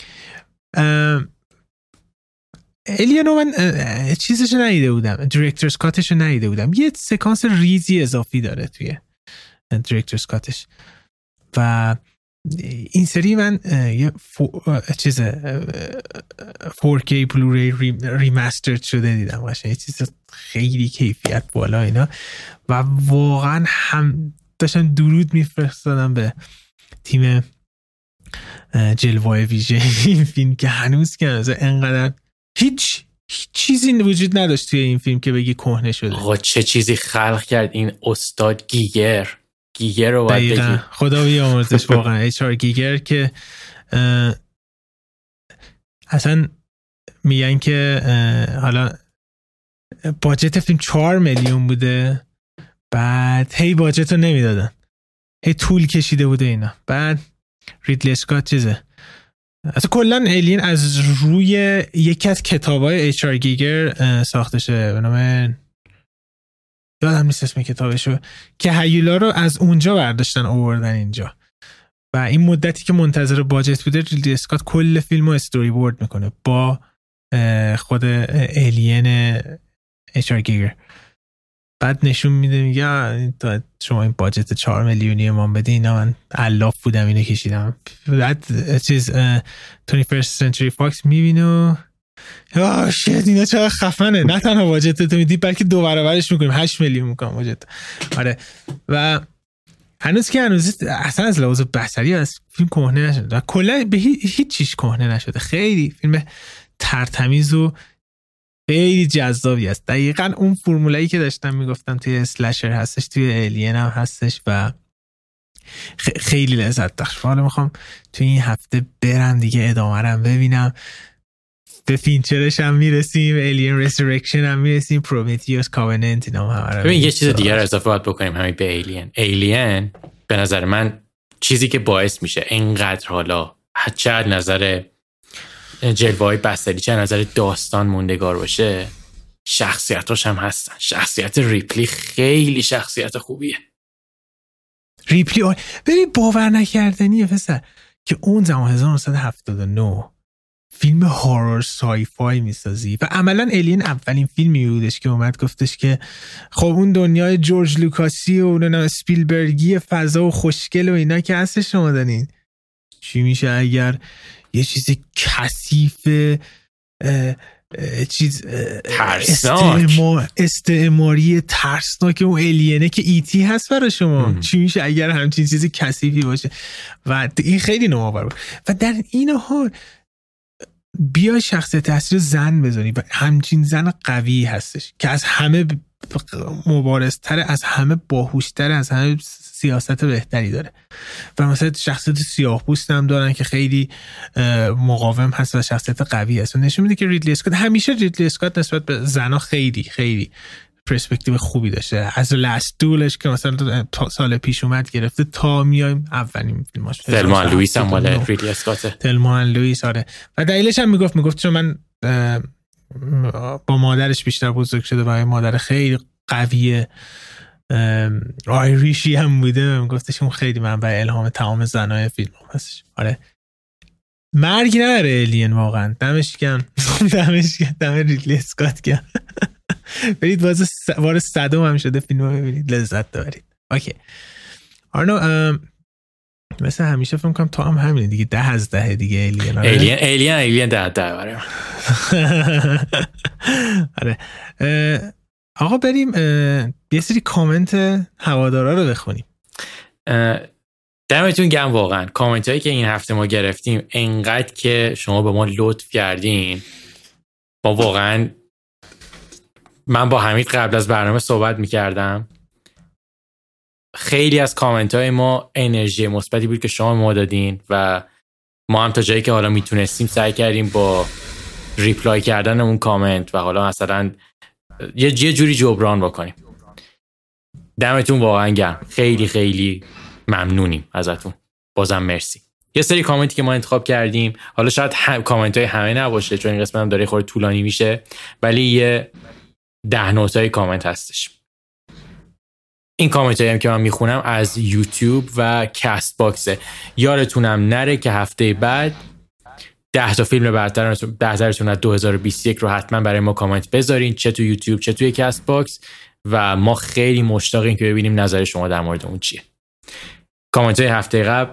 ایلینو من چیزشو ندیده بودم، دیرکتور سکاتشو ندیده بودم. یه سکانس ریزی اضافی داره توی دیرکتور سکاتش و این سری من یه فو... چیز فور کی بلوری ریمسترد شده دیدم. قشنگ یه چیز خیلی کیفیت بالا اینا و واقعا هم داشتن درود میفرستادم به تیم جلوه ویژه این فیلم که هنوز که از انقدر هیچ هیچ چیزی وجود نداشت توی این فیلم که بگی کهنه شده. آقا چه چیزی خلق کرد این استاد گیگر. گیگر رو باید بگی. خدا بیامرزش واقعا اچ آر گیگر که اصلا میگن که حالا باجت فیلم چهار میلیون بوده، بعد هی باجت رو نمیدادن، هی طول کشیده بوده اینا. بعد ریدلی اسکات چیزه اصلا کلن ایلین از روی یکی از کتابای اچ آر گیگر ساخته شده به نام یادم نیست اسم کتابشو، که هیولا رو از اونجا برداشتن آوردن اینجا و این مدتی که منتظر باجت بوده ریدلی اسکات کل فیلمو استوری بورد میکنه با خود ایلین اچ آر گیگر. بعد نشون میده میگه تا شما این باجت چهار میلیونی من بدی، اینا من الاف بودم اینو کشیدم. بعد چیز توئنتی فرست سنچوری فاکس میبینه آه شیت اینا چقدر خفنه، نه تنها باجت تو میدی بلکه دو برابرش میکنیم، هشت میلیون میکنم باجت. آره و هنوز که هنوز اصلا از لحاظ بصری از فیلم کهنه نشده و کلا به هیچ چیز کهنه نشده. خیلی فیلم ترتمیز و خیلی جذابی است. دقیقاً اون فرمولایی که داشتم میگفتم توی اسلشر هستش توی ایلین هم هستش و خیلی لذت بخش. حالا میخوام توی این هفته برم دیگه ادامه رم ببینم. به فینچرش هم میرسیم، ایلین رسورکشن هم میرسیم، پرومتیوس کاوننت اینا هم همه. ببین یه چیز دیگه رو اضافه باید بکنیم همین به ایلین. ایلین به نظر من چیزی که باعث میشه اینقدر حالا چه از نظر جلوه‌های بصری چه از نظر داستان موندگار باشه، شخصیتاش هم هستن. شخصیت ریپلی خیلی شخصیت خوبیه. ریپلی آ... ببین باور نکردنیه پسر که اون زمان هزار و نهصد و هفتاد و نه فیلم هورر سای فای میسازی. و عملا الین اولین فیلمی بودش که اومد گفتش که خب اون دنیای جورج لوکاسی و اون اسپیلبرگی فضا و خوشگل و اینا که هستش شما دارین، چی میشه اگر یه چیز کثیف چیز ترسناک استعماری ترسناک اون الینه که ایتی هست برای شما ام. چی میشه اگر همچین چیز کثیفی باشه؟ و این خیلی نوآور بود. و در این حال بیا شخصیت تاثیر زن بذاری و همچین زن قوی هستش که از همه مبارزتر، از همه باهوشتر، از همه سیاست بهتری داره. و مثلا شخصیت سیاه پوست هم دارن که خیلی مقاوم هست و شخصیت قوی هست و نشون میده که ریدلی اسکات همیشه ریدلی اسکات نسبت به زنا خیلی خیلی پرسپکتیو خوبی داشته. از لاست دولش که مثلا سال پیش اومد گرفته تا میایم اولین فیلماش تلما لوئیس هم مال ریدلی اسکات. تلما لوئیس آره. و دلیلش هم میگفت میگفت چون من با مادرش بیشتر بزرگ شده و مادر خیلی قویه آیریشی هم بوده، میگفتش اون خیلی منبع الهام تمام زنای فیلم هستش. آره مرگ نره الین واقعا. دمش گرم دمش گرم دم ریدلی اسکات گرم. برید باز بار صدم هم شده فیلمو ببینید لذت ببرید. اوکی آرنو مثل همیشه فکر کنم تا هم همینه دیگه، ده از ده دیگه الین الین الین الین ده ده آره. آره آقا بریم یه سری کامنت هوادارا رو بخونیم. دمتون گرم واقعا. کامنت هایی که این هفته ما گرفتیم انقدر که شما به ما لطف کردین، ما واقعا من با حمید قبل از برنامه صحبت میکردم، خیلی از کامنت های ما انرژی مثبتی بود که شما ما دادین و ما هم تا جایی که حالا میتونستیم سعی کردیم با ریپلای کردن اون کامنت و حالا مثلا یه یه جوری جبران بکنیم. دمتون واقعا گرم، خیلی خیلی ممنونیم ازتون. بازم مرسی. یه سری کامنتی که ما انتخاب کردیم، حالا شاید هم کامنت های همه نباشه چون این قسمت هم داره خورده طولانی میشه، ولی یه ده نوتای کامنت هستش. این کامنت هایی هم که من میخونم از یوتیوب و کست باکسه. یارتونم نره که هفته بعد ده تا فیلم برتر ده ترتون از دو هزار و بیست و یک رو حتما برای ما کامنت بذارین، چه تو یوتیوب چه توی کست باکس، و ما خیلی مشتاقیم که ببینیم نظر شما در مورد اون چیه. کامنت های هفته قبل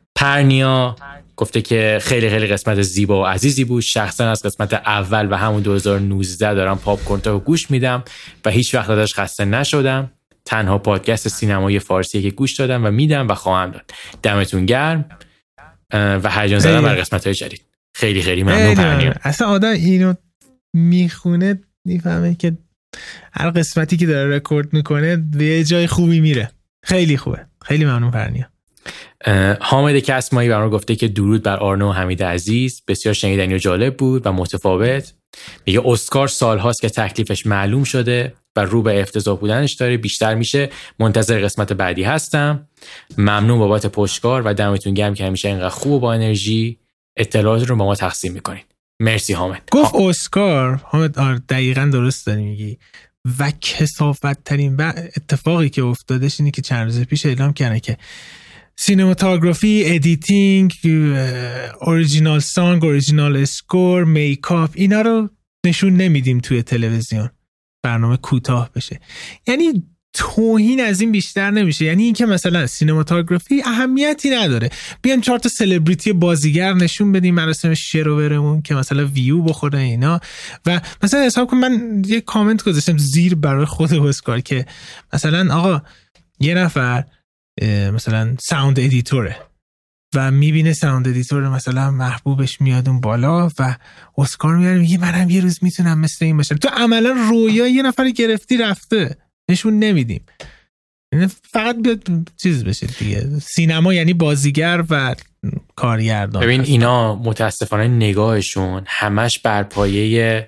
پرنیا گفته که خیلی خیلی قسمت زیبا و عزیزی بود. شخصا از قسمت اول و همون دو هزار و نوزده دارم پاپ کورن رو گوش میدم و هیچ وقت ازش خسته نشدم. تنها پادکست سینمای فارسی که گوش دادم و میدم و خواهم داد. دمتون گرم و هیجان زدم بر قسمت های جدید. خیلی خیلی ممنون پرنیا. اصلا آدم اینو میخونه میفهمه که هر قسمتی که داره رکورد میکنه به یه جای خوبی میره. خیلی خوبه. خیلی ممنون پرنیا. حامد کسمایی برام گفته که درود بر آرنو و حمید عزیز، بسیار شنیدنی و جالب بود و متفاوت. میگه اسکار سالهاست که تکلیفش معلوم شده و رو به افتضاح بودنش داره بیشتر میشه. منتظر قسمت بعدی هستم. ممنون بابت پشتکار و دمتون گرم که همیشه اینقدر خوب و با انرژی اطلاعات رو با ما تقسیم میکنین. مرسی حامد. گفت اسکار. حامد آره دقیقاً درست داری میگی. و کثافت ترین اتفاقی که افتادش اینه که چند روز پیش اعلام کردن که سینماتوگرافی، ادیتینگ، اوریجینال سانگ، اوریجینال اسکور، میکاپ، اینا رو نشون نمیدیم توی تلویزیون. برنامه کوتاه بشه. یعنی توهین از این بیشتر نمیشه. یعنی این که مثلا سینماتوگرافی اهمیتی نداره، بیان چهار تا سلبریتی بازیگر نشون بدیم مراسم شروورمون که مثلا ویو بخوره اینا. و مثلا حساب کن من یه کامنت گذاشتم زیر برای خود اسکار که مثلا آقا یه نفر مثلا ساوند ادیتوره و میبینه ساوند ادیتور مثلا محبوبش میاد اون بالا و اسکار میاره میگه منم یه روز میتونم مثل این باشم. تو عملا رویا یه نفر گرفتی رفته نشون نمیدیم. فقط بیاد چیز بشه دیگه. سینما یعنی بازیگر و کارگردان. ببین اینا متاسفانه نگاهشون همش بر پایه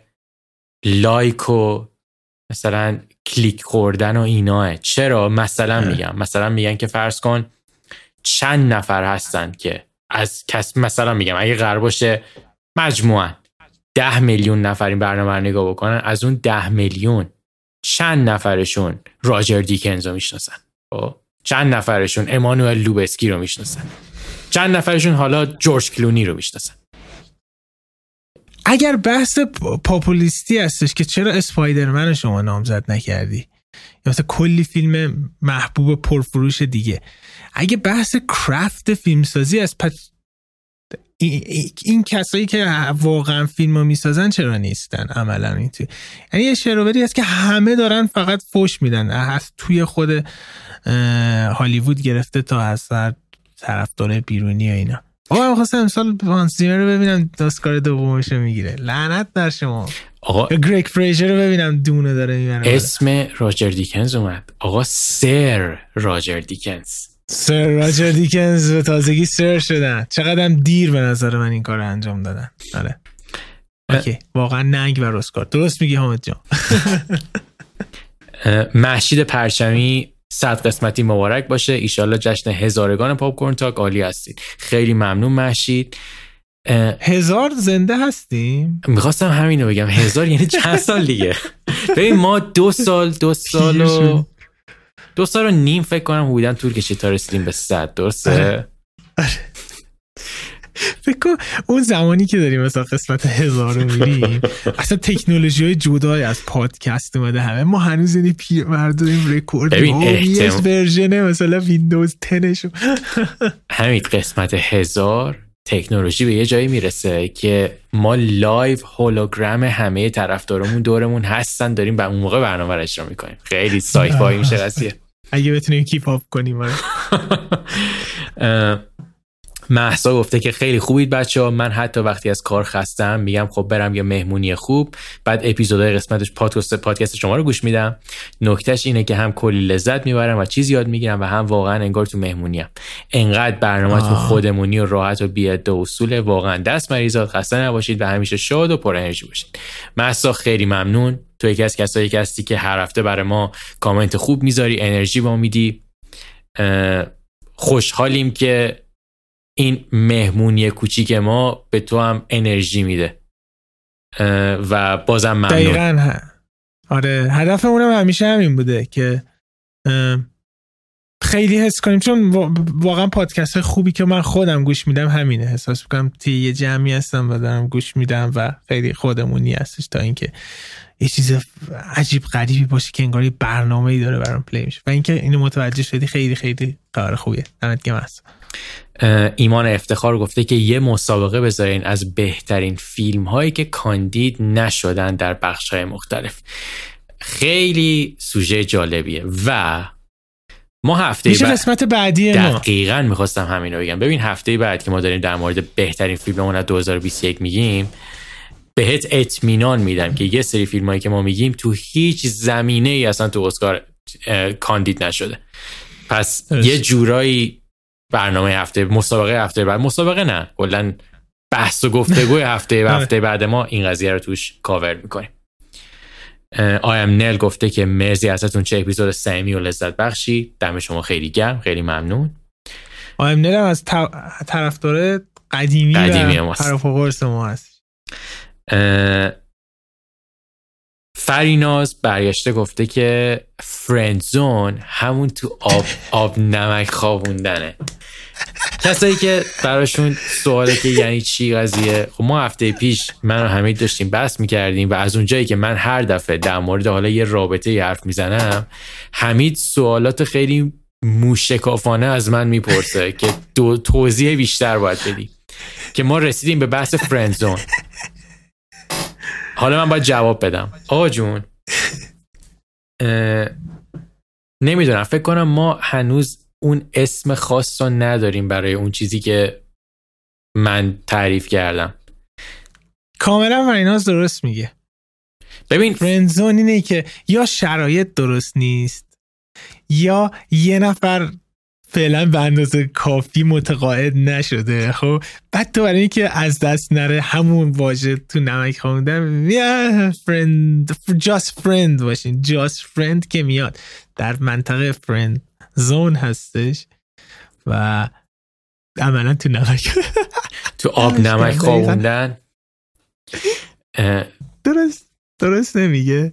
لایک و مثلا کلیک خوردن و ایناه. چرا؟ مثلا میگم مثلا میگن که فرض کن چند نفر هستن که از کس مثلا میگم اگه قرار باشه مجموعاً ده میلیون نفر این برنامه رو نگاه بکنن، از اون ده میلیون چند نفرشون راجر دیکنز رو میشناسن، چند نفرشون امانوئل لوبسکی رو میشناسن، چند نفرشون حالا جورج کلونی رو میشناسن. اگر بحث پاپولیستی هستش که چرا اسپایدرمن شما نامزد نکردی یا مثلا کلی فیلم محبوب پرفروش دیگه، اگه بحث کرافت فیلمسازی است، پس این, این کسایی که واقعا فیلمو میسازن چرا نیستن عملا این توی، یعنی یه شروری هست که همه دارن فقط فوش میدن، از توی خود هالیوود گرفته تا از طرفدار بیرونی و اینا. آقا من خواستم امسال هانس زیمر رو ببینم اسکار دومشو میگیره، لعنت در شما. آقا گریگ فریزر رو ببینم دونه داره میبره. اسم راجر دیکنز اومد، آقا سر راجر دیکنز. سر راجر دیکنز به تازگی سر شدن، چقدرم دیر به نظر من این کار رو انجام دادن. آره اوکی، واقعا ننگ و اسکار. درست میگی حامد جان. مهشید پرچمی صد قسمتی مبارک باشه، ایشالله جشن هزارگان پاپ کورن تاک عالی هستید. خیلی ممنون مهشید. هزار زنده هستیم؟ میخواستم همینو بگم، هزار یعنی چند سال دیگه. ببین ما دو سال دو سال و دو سال و نیم فکر کنم حدوداً طول کشید تا رسیدیم به صد. درسته؟ فکر کن اون زمانی که داریم مثلا قسمت هزار رو میریم اصلا تکنولوژی های جدای از پادکست اومده همه، ما هنوز اینی پیر مرداریم رکورد احتم... ورژنه مثلا ویندوز ده شو. همین قسمت هزار تکنولوژی به یه جایی میرسه که ما لایو هولوگرام همه طرفدارمون دورمون هستن، داریم به اون موقع برنامه رو اجرا میکنیم. خیلی سای فای میشه قضیه اگه بتونیم کیپ اپ کنیم. مهسا گفته که خیلی خوبید بچه‌ها، من حتی وقتی از کار خستم میگم خب برم یه مهمونی خوب، بعد اپیزودهای قسمتش پادکست پادکست شما رو گوش میدم. نکتهش اینه که هم کلی لذت میبرم و چیزی یاد میگیرم و هم واقعا انگار تو مهمونیام. انقدر برنامه‌تون خودمونی و راحت و بی ادعا اصول، واقعا دست مریضات، خسته نباشید و همیشه شاد و پر انرژی باشید. مهسا خیلی ممنون، تو یکی از کسایی که هستی که هر هفته برای ما کامنت خوب میذاری، انرژی با میدی. خوشحالیم که این مهمونی کوچیک ما به تو هم انرژی میده و بازم ممنون. دقیقاً ها. آره هدفمون هم همیشه همین بوده که خیلی حس کنیم، چون واقعا پادکست خوبی که من خودم گوش میدم همینه، احساس میکنم توی یه جمعی هستم و دارم گوش میدم و خیلی خودمونی هستش، تا اینکه یه چیز عجیب غریبی باشه که انگار یه برنامه‌ای داره برام پلی میشه و اینکه اینو متوجه شدی خیلی خیلی کار خوبیه. دمت گرم. هست ایمان افتخار گفته که یه مسابقه بذارین از بهترین فیلم هایی که کاندید نشدن در بخش های مختلف. خیلی سوژه جالبیه و ما هفته میشه قسمت بعدی ما. دقیقاً میخواستم همین رو بگم. ببین هفته بعد که ما داریم در مورد بهترین فیلممون از دو هزار و بیست و یک میگیم، بهت اطمینان میدم که یه سری فیلم هایی که ما میگیم تو هیچ زمینه ای اصلا تو اسکار کاندید نشده. پس ارش. یه جورایی برنامه هفته مسابقه هفته بعد، مسابقه نه کلاً بحث و گفتگوی هفته و هفته بعد ما این قضیه رو توش کاور میکنیم. آیم نل گفته که مرسی ازتون، چه اپیزود صمیمی و لذت بخشی، دم شما خیلی گرم، خیلی ممنون. آیم نل هم از طرفدار قدیمی, قدیمی و حرف و قرص ما هست. فریناز برگشته گفته که فرندزون همون تو آب آب نمک خوابوندنه. کسایی که براشون سواله که یعنی چی قضیه، خب ما هفته پیش من و حمید داشتیم بحث میکردیم و از اونجایی که من هر دفعه در مورد حالا یه رابطه ی حرف میزنم، حمید سوالات خیلی موشکافانه از من میپرسه که دو توضیح بیشتر باید بدی، که ما رسیدیم به بحث فرندزون. حالا من باید جواب بدم. آقا جون نمیدونم، فکر کنم ما هنوز اون اسم خاص رو نداریم برای اون چیزی که من تعریف کردم. کاملا فریناز درست میگه. ببین فرندزون اینه که یا شرایط درست نیست یا یه نفر فعلا به اندازه کافی متقاعد نشده. خب بعد تو برای اینکه از دست نره همون واژه تو نمک خوندن یا فرند just friend باشین. just friend که میاد در منطقه فرند زون هستش و عملا تو نمک تو آب نمک خوندن. درست درست نمیگه.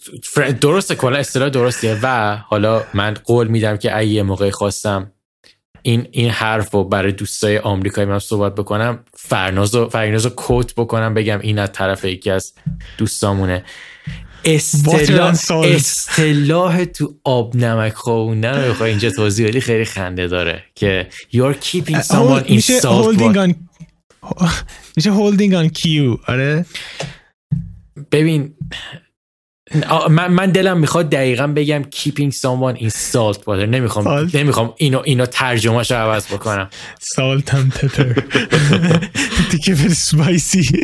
درسته، کلا اصطلاح درستیه. و حالا من قول میدم که اگه یه موقعی خواستم این این حرفو برای دوستای آمریکایی من صحبت بکنم، فرنازو فرنازو کوت بکنم بگم این از طرف یکی از دوستامونه، اصطلاح اصطلاح تو آب نمک خوابوندن رو بخوای اینجا توضیح بدی خیلی خنده داره که you're keeping someone in salt water. میشه holding on cue. آره ببین من من دلم میخواد دقیقاً بگم keeping someone in salt water، نمیخوام salt. نمیخوام اینو اینو ترجمه‌شو عوض بکنم. salt and pepper دیگه very spicy.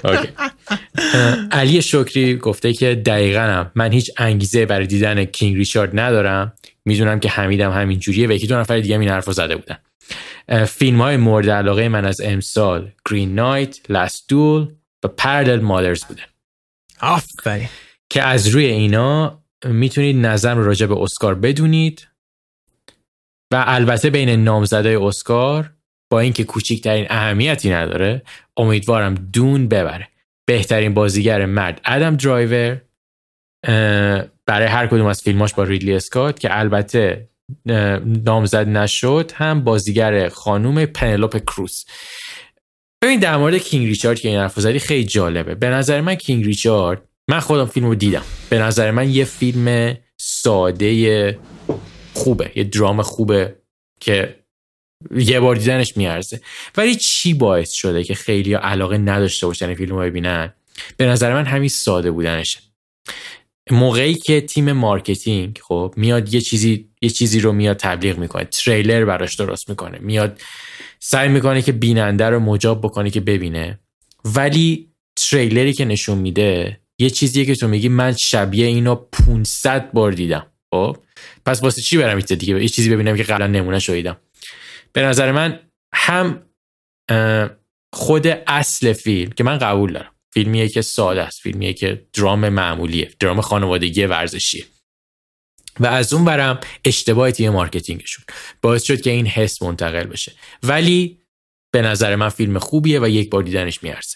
علی شکری گفته که دقیقاً هم من هیچ انگیزه برای دیدن کینگ ریچارد ندارم، میدونم که حمیدم همین جوریه و یکی دو نفر دیگه هم این حرفو زده بودن. فیلم‌های مورد علاقه من از امسال گرین نایت، لاست دول و پرلل مادرز بوده. آفرین. که از روی اینا میتونید نظرم رو راجع به اسکار بدونید و البته بین نامزدای اسکار با اینکه کوچکترین اهمیتی نداره امیدوارم دون ببره. بهترین بازیگر مرد ادم درایور برای هر کدوم از فیلماش با ریدلی اسکات که البته نامزد نشد، هم بازیگر خانوم پنلوپ کروز. ببین در مورد کینگ ریچارد که این حرفو زدی خیلی جالبه. به نظر من کینگ ریچارد، من خودم فیلم رو دیدم، به نظر من یه فیلم ساده خوبه، یه درام خوبه که یه بار دیدنش میارزه. ولی چی باعث شده که خیلی علاقه نداشته باشن این فیلم رو ببینن؟ به نظر من همین ساده بودنشه. موقعی که تیم مارکتینگ خب میاد یه چیزی یه چیزی رو میاد تبلیغ میکنه، تریلر براش درست میکنه، میاد سعی میکنه که بیننده رو مجاب بکنه که ببینه، ولی تریلری که نشون میده یه چیزیه که تو میگی من شبیه اینو پانصد بار دیدم. خب پس واسه چی برم این دیگه یه چیزی ببینم که قبلا نمونه شدیدم؟ به نظر من هم خود اصل فیلم که من قبول دارم فیلمیه که ساده است، فیلمیه که درام معمولیه، درام خانوادگی ورزشیه، و از اون برم اشتباه تیم مارکتینگشون باعث شد که این حس منتقل بشه. ولی به نظر من فیلم خوبیه و یک بار دیدنش میارزه.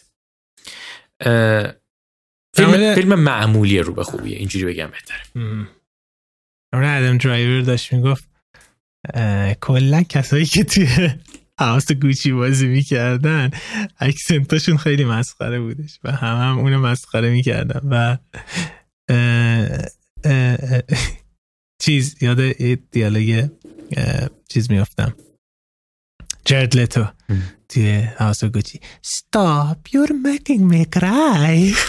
فیلم, فیلم معمولیه رو به خوبیه، اینجوری بگم بهتره. اون ادم درایور داشت میگفت کلا کسایی که توی هاوس گوچی بازی میکردن اکسنتاشون خیلی مسخره بودش و همه هم اونو مسخره میکردن و اه اه اه چیز یاد دیالوگ چیز میافتم، جرد لتو توی هاوس گوچی Stop you're making me cry.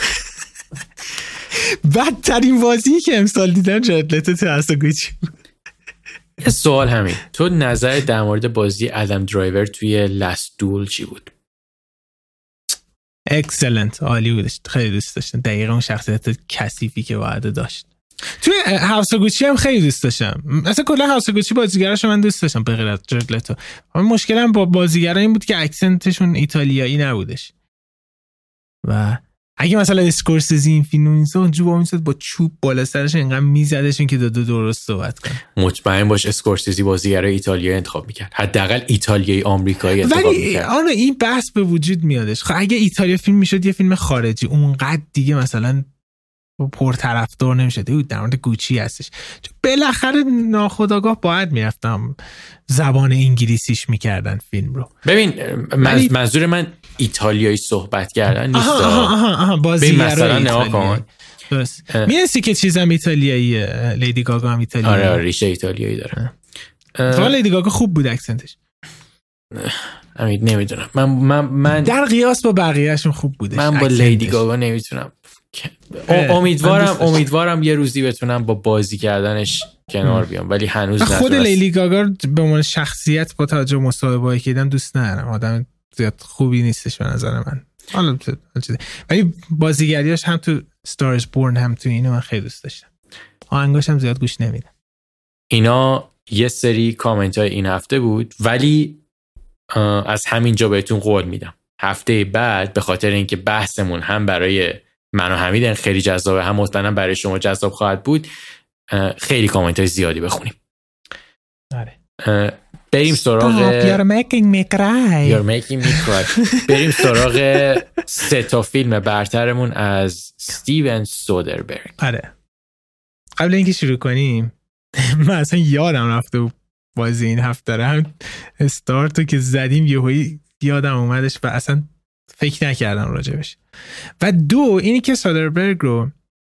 بدترین بازی که امسال دیدم جرد لتو توی هاوس گوچی. یه سوال همین، تو نظر در مورد بازی ادم درایور توی لاست دول چی بود؟ اکسلنت، عالی بودش، خیلی دوست داشتم. دقیقا اون شخصیت کثیفی که باید داشت. توی هاوس گوچی هم خیلی دوست داشتم. اصلا کلا هاوس گوچی بازیگراش من دوست داشتم به غیر از جرد لتو. اما مشکلم با بازیگرا این بود که اکسنتشون ایتالیایی نبودش و اگه مثلا اسکورسیزی این فیلمو می‌ساخت اونجا با می‌ساخت با چوب بالا سرش اینقدر میزدشون که دو دو درست صحبت کنه. مطمئن باش اسکورسیزی بازیگرای ایتالیایی انتخاب می‌کرد، حداقل ایتالیایی آمریکایی انتخاب می‌کرد. ولی آره این بحث به وجود میادش. خب اگه ایتالیا فیلم میشد یه فیلم خارجی اونقدر دیگه مثلا پرطرفدار نمیشد. اون در مورد گوچی هستش، چون بالاخره ناخودآگاه باید میرفتم زبان انگلیسیش میکردن فیلم رو. ببین ولی... منظور من ایتالیایی صحبت کردن نیست. آها آها آها بازیگرای مثلا نگاه کن درست میرسی که چیزم ایتالیاییه، لیدی گاگا هم ایتالیایی. آره ریشه ایتالیایی داره. والا لیدی گاگا خوب بود اکسنتش. امید نمیدونم من من من در قیاس با بقیه‌شون خوب بودش. من با لیدی گاگا نمیتونم. امیدوارم امیدوارم یه روزی بتونم با بازی کردنش کنار بیام، ولی هنوز نتونستم. خود لیدی گاگا به عنوان شخصیت با توجه به مصاحبه‌ای که دیدم دوست ندارم، آدم زیاد خوبی نیستش به نظر من. حالا ولی بازیگریاش هم تو استارز بورن هم تو اینو من خیلی دوست داشتم. آهنگاش هم زیاد گوش نمیدم. اینا یه سری کامنت های این هفته بود، ولی از همینجا بهتون قول میدم هفته بعد به خاطر اینکه بحثمون هم برای من و حمید خیلی جذابه، هم مطمئنم برای شما جذاب خواهد بود، خیلی کامنت های زیادی بخونیم. آره. بریم سراغ You're making me cry. You're making me cry. بریم سراغ سه تا فیلم برترمون از استیون سودربرگ. آره. قبل اینکه شروع کنیم من اصلا یادم رفته بود بازی این هفته داره. هم استارتو که زدیم یهویی یادم اومدش و اصلا فکر نکردم راجبش. و دو اینی که سادربرگ رو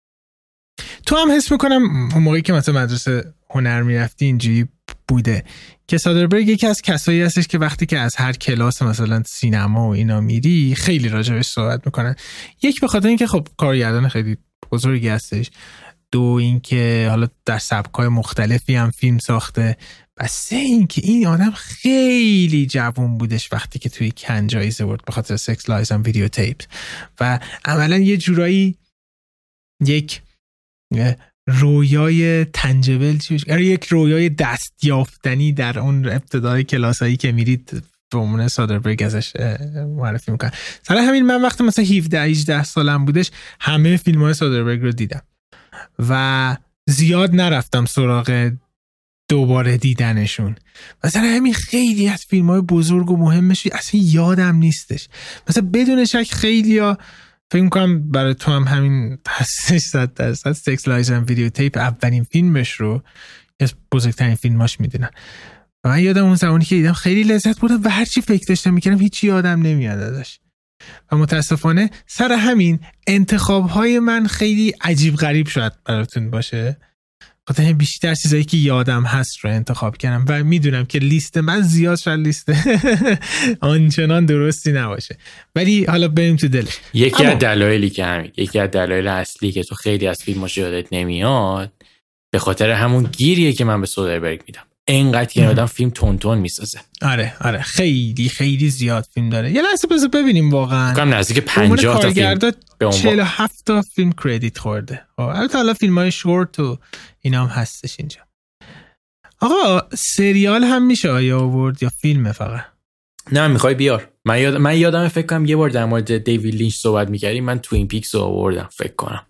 تو هم حس میکنم اون موقعی که مثلا مدرسه هنر میرفتی اینجوری بوده که سادربرگ یکی از کسایی هستش که وقتی که از هر کلاس مثلا سینما و اینا میری خیلی راجبش صحبت میکنن. یک به خاطر اینکه خب کارگردان خیلی بزرگی هستش، دو اینکه حالا در سبک‌های مختلفی هم فیلم ساخته، و سه اینکه این آدم خیلی جوان بودش وقتی که توی کن جایزه برد به خاطر سکس لایز اند ویدیو تیپ و عملا یه جورایی یک رویای تنجبل چیش یک رویای دست یافتنی در اون ابتدای کلاسایی که میرید به عنوان سادربرگ ازش معرفی میکنن. سر همین من وقتی مثلا هفده هجده سالم بودش همه فیلم‌های سادربرگ رو دیدم و زیاد نرفتم سراغ دوباره دیدنشون. مثلا همین خیلی از فیلم‌های بزرگ و مهمش اصلا یادم نیستش. مثلا بدون شک خیلی‌ها فکر می‌کنم برای تو هم همین هستش صد درصد سکس لایز اند ویدیو تیپ اولین فیلمش رو از بزرگترین فیلماش میدونن. و من یادم اون زمانی که دیدم خیلی لذت بردم و هرچی فکر داشتم می‌کردم هیچی یادم نمیاد ازش. و متاسفانه سر همین انتخاب‌های من خیلی عجیب غریب شاید براتون باشه. خاطر بیشتر چیزایی که یادم هست رو انتخاب کردم و میدونم که لیست من زیاد شد لیست آنچنان درستی نباشه، ولی حالا بریم تو دلش. یکی از دلایلی که همین یکی از دلایل اصلی که تو خیلی از فیلماش یادت نمیاد به خاطر همون گیریه که من به سودربرگ میدم. اینقدر که آدم فیلم تون تون میسازه. آره آره خیلی خیلی زیاد فیلم داره. یه لحظه بذار ببینیم واقعا کم نزدیک پنجاه تا فیلم به چهل و هفت تا فیلم کردیت خورده. البته حالا فیلم‌های شورت و اینا هم هستش اینجا. آقا سریال هم میشه آیا آورد یا فیلمه فقط؟ نه میخوای بیار. من یاد من یادم فکر کنم یه بار در مورد دیوید لینچ صحبت می‌کردیم، من توین پیکس رو آوردم فکر کنم.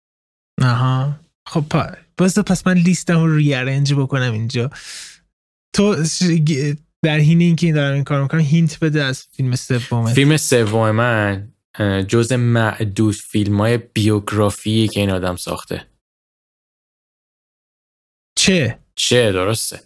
آها خب پا باز پس من لیستم رو ریارنج بکنم اینجا. تو در حین اینکه این دارم این کار میکنم هینت بده از فیلم سوم. فیلم سوم من جز معدود فیلم‌های بیوگرافی که این آدم ساخته. چه؟ چه درسته.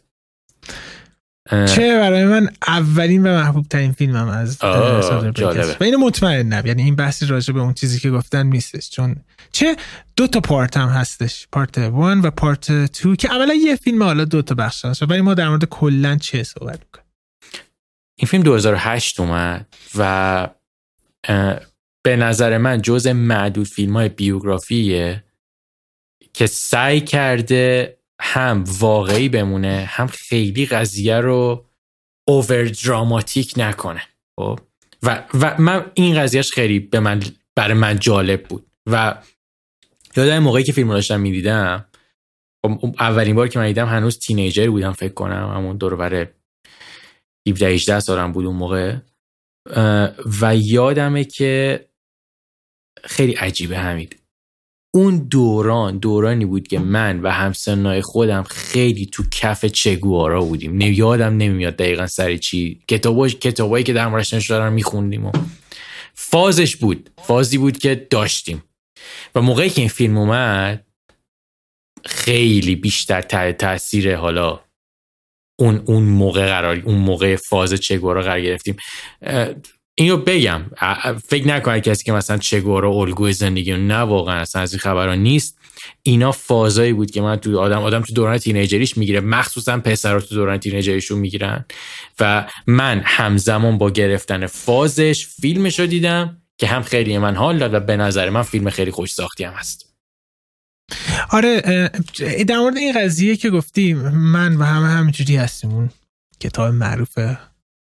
چه برای من اولین و محبوب ترین فیلمم از سادربرگ و اینو مطمئنم، یعنی این بحثی راجع به اون چیزی که گفتن نیستش، چون چه دو تا پارت هم هستش، پارت یک و پارت دو که اولا یه فیلم حالا دو تا بخش هست، ولی ما در مورد کلا چه صحبت می‌کنیم. این فیلم دو هزار و هشت اومد و به نظر من جزء معدود فیلم‌های بیوگرافیه که سعی کرده هم واقعی بمونه هم خیلی قضیه رو اوور دراماتیک نکنه. و و من این قضیهش خیلی به من برای من جالب بود و یادم موقعی که فیلم رو داشتم میدیدم، اولین بار که من دیدم هنوز تینیجر بودم فکر کنم، همون دور و بر هفده هجده سالم بود اون موقع و یادمه که خیلی عجیبه همین اون دوران دورانی بود که من و همسنای خودم خیلی تو کف چگوارا بودیم. یادم نمیاد دقیقا سر چی، کتابای کتابایی که در موردش نوشته دارن میخوندیم و فازش بود فازی بود که داشتیم و موقعی که این فیلم اومد خیلی بیشتر تحت تاثیر حالا اون اون موقع قرار اون موقع فاز چگوارا قرار گرفتیم. اینو بگم فکر نکنه کسی که مثلا چگوارا الگوی زندگی، نه واقعا اصلا از این خبرها نیست. اینا فازایی بود که من تو آدم آدم تو دوران تینیجریش میگیره، مخصوصا پسرا تو دوران تینیجریشون میگیرن و من همزمان با گرفتن فازش فیلمشو دیدم که هم خیلی من حال داد و به نظر من فیلم خیلی خوش ساختی هم هست. آره در مورد این قضیه که گفتی من و همه همینجوری هستیم. اون کتاب معروفه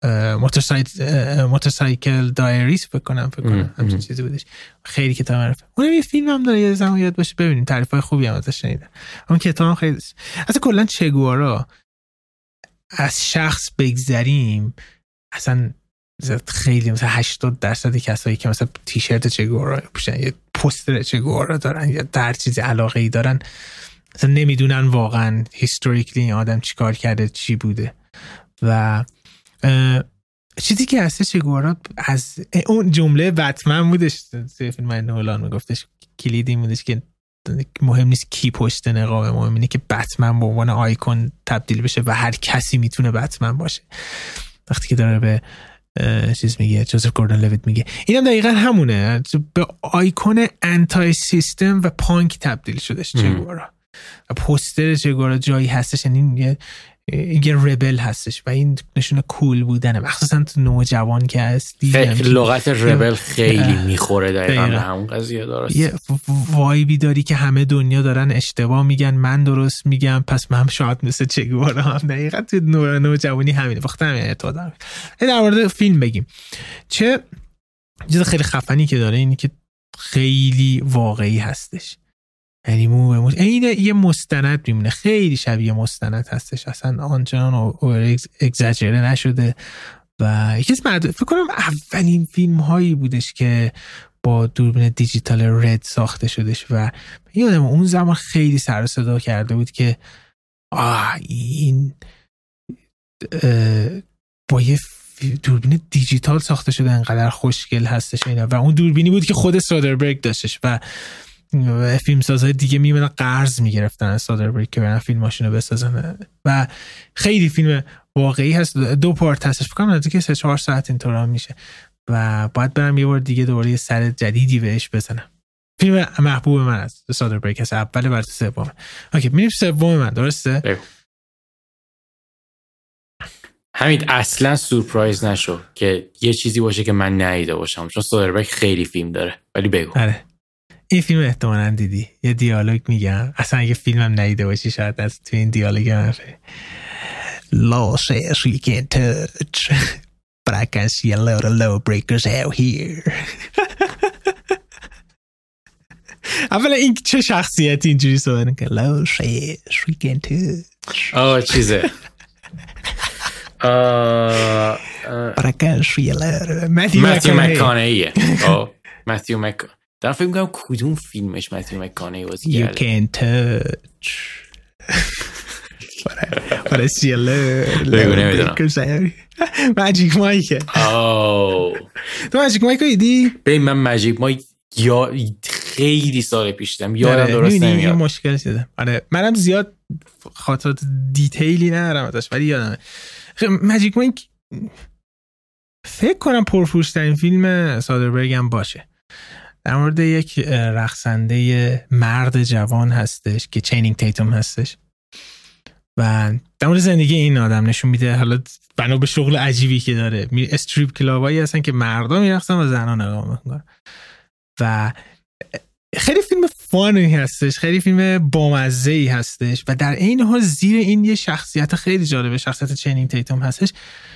موتورسایکل دایریز فکر کنم فکر کنم همچین چیزی بودش، خیلی کتاب معروفه. اونم یه فیلم هم داره، یه زمان یاد باشه ببینیم، تعریفای خوبی هم ازش شنیدم. اون کتاب هم خیلی اصلا کلا چگوارا از شخص بگذریم اصلا خیلی مثلا هشتاد درصد کسایی که مثلا تیشرت چگوارا پوشن یا پوستر چگوارا دارن یا در چیز علاقه‌ای دارن مثلا نمیدونن واقعا هیستوریکلی این آدم چیکار کرده چی بوده. و چیزی که هسته چگوارا از اون جمله بتمن بودش توی فیلم نولان میگفتش کلیدی بودش که مهم نیست کی پشت نقابه، مهم اینه که بتمن به عنوان آیکون تبدیل بشه و هر کسی میتونه بتمن باشه. وقتی که داره به چیز میگه، جوزف گوردن لویت میگه، اینم دقیقا همونه، به آیکون انتای سیستم و پانک تبدیل شدش چگوارا و پوستر چگوارا جایی هستش، یعنی یه یه ربل هستش و این نشونه کول بودنه، مخصوصا تو نوجوان که هستی. لغت ربل خیلی میخوره دقیقا به همون قضیه. درست یه وایبی داری که همه دنیا دارن اشتباه میگن، من درست میگم، پس من شاید مثل چگوارا هم. دقیقا تو نوجوانی همینه. بخاطر همین اعتقاد دارم. در مورد فیلم بگیم، چه چیز خیلی خفنی که داره اینی که خیلی واقعی هستش، یعنی مو به مو این یه مستند میمونه، خیلی شبیه مستند هستش، اصلا آنچنان اوور اگزاجره نشده و یکی از فکر کنم اولین فیلم هایی بودش که با دوربین دیجیتال رد ساخته شدش و یادم اون زمان خیلی سر و صدا کرده بود که آه این با یه دوربین دیجیتال ساخته شده انقدر خوشگل هستش اینا، و اون دوربینی بود که خود سودربرگ داشتش و فیلمسازهای دیگه میمونن قرض میگرفتن از سودربرگ که برن فیلماشونو بسازن و خیلی فیلم واقعی هست. دو پارت هستش، فکر کنم نزدیک سه چهار ساعت اینطور هم میشه و باید برم یه بار دیگه دوباره یه سر جدیدی بهش بزنم. فیلم محبوب من است سودربرگ، هست اول برای سوم. اوکی میریم سوم من، درسته؟ بگو. همین اصلا سورپرایز نشو که یه چیزی باشه که من ندیده باشم، چون سودربرگ خیلی فیلم داره، ولی بگو. آره این فیلم احتمالاً دیدی، یه دیالوگ میگم، اصلا اگه فیلمم ندیده باشی شاید از تو این دیالوگ من فهم. Law says we can't touch but I can see a lot of law breakers out here. اولا این چه شخصیتی اینجوری صحبت که Law says we can't touch. آه چیزه but I can see a lot of متیو مکانهیه. آه متیو مکانه. در فکر میکنم کدوم فیلمش متیو مکانهی بازی کرده. You can't touch but I see a lot of breakers. ماجیک مایکه. آه تو ماجیک مایک رو دیدی؟ ببین من ماجیک مایک یا خیلی سال پیش دیدم، یادم درست نمیاد. این مشکل شده. آره منم زیاد خاطرات دیتیلی ندارم ازش ولی یادمه. ماجیک مایک فکر کنم پرفروش‌ترین فیلم سودربرگ هم باشه. در مورد یک رقصنده مرد جوان هستش که چینینگ تیتوم هستش و در مورد زندگی این آدم نشون میده، حالا بنا به شغل عجیبی که داره، می استریپ کلابایی هستن که مردا میرقصن و زنا نگاه میکنن و خیلی فیلم فانی هستش، خیلی فیلم بامزه‌ای هستش و در این حال زیر این یه شخصیت خیلی جالبه، شخصیت چینینگ تیتوم هستش.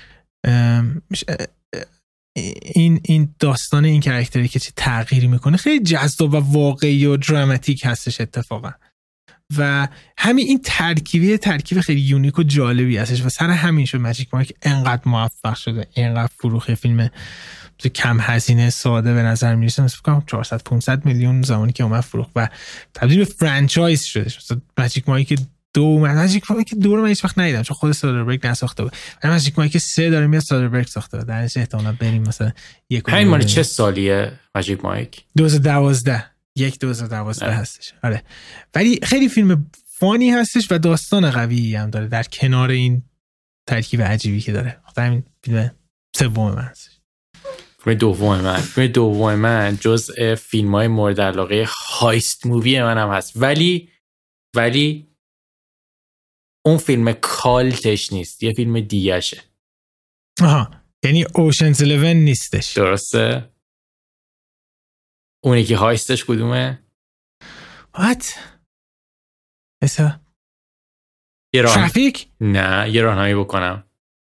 این این داستان این کاراکتری که چه تغییری میکنه خیلی جذاب و واقعی و دراماتیک هستش اتفاقا و همین این ترکیبی ترکیب خیلی یونیک و جالبی هستش و سر همین شد ماجیک مایک انقدر موفق شده، انقدر فروخ فیلم کم هزینه ساده به نظر میرسه، مثلا فکر کنم چهارصد پانصد میلیون زمانی که اومد فروخت و تبدیل به فرانچایز شده. مثلا ماجیک مایک دو ماجیک مایک دو رو من هیچ وقت ندیدم چون خود سودربرگ نساخته بود، ولی ماجیک مایک سه داره میاد سودربرگ ساخته بود. درش احتمالاً بریم مثلا یک همین مال چه سالیه ماجیک مایک؟ دو هزار و دوازده یک دو هزار و دوازده هستش. آره ولی خیلی فیلم فانی هستش و داستان قویی هم داره در کنار این ترکیب عجیبی که داره. همین فیلم سوم من هستش. فیلم دوم من فیلم دوم من جزء فیلم‌های مورد علاقه هایست مووی من هم هست، ولی ولی اون فیلم کالتش نیست، یه فیلم دیگه‌شه. آها یعنی اوشنز الیون نیستش. درسته. اونی که هایستش کدومه؟ What؟ ایسا؟ یه راه ترافیک؟ نه یه راهنمایی بکنم.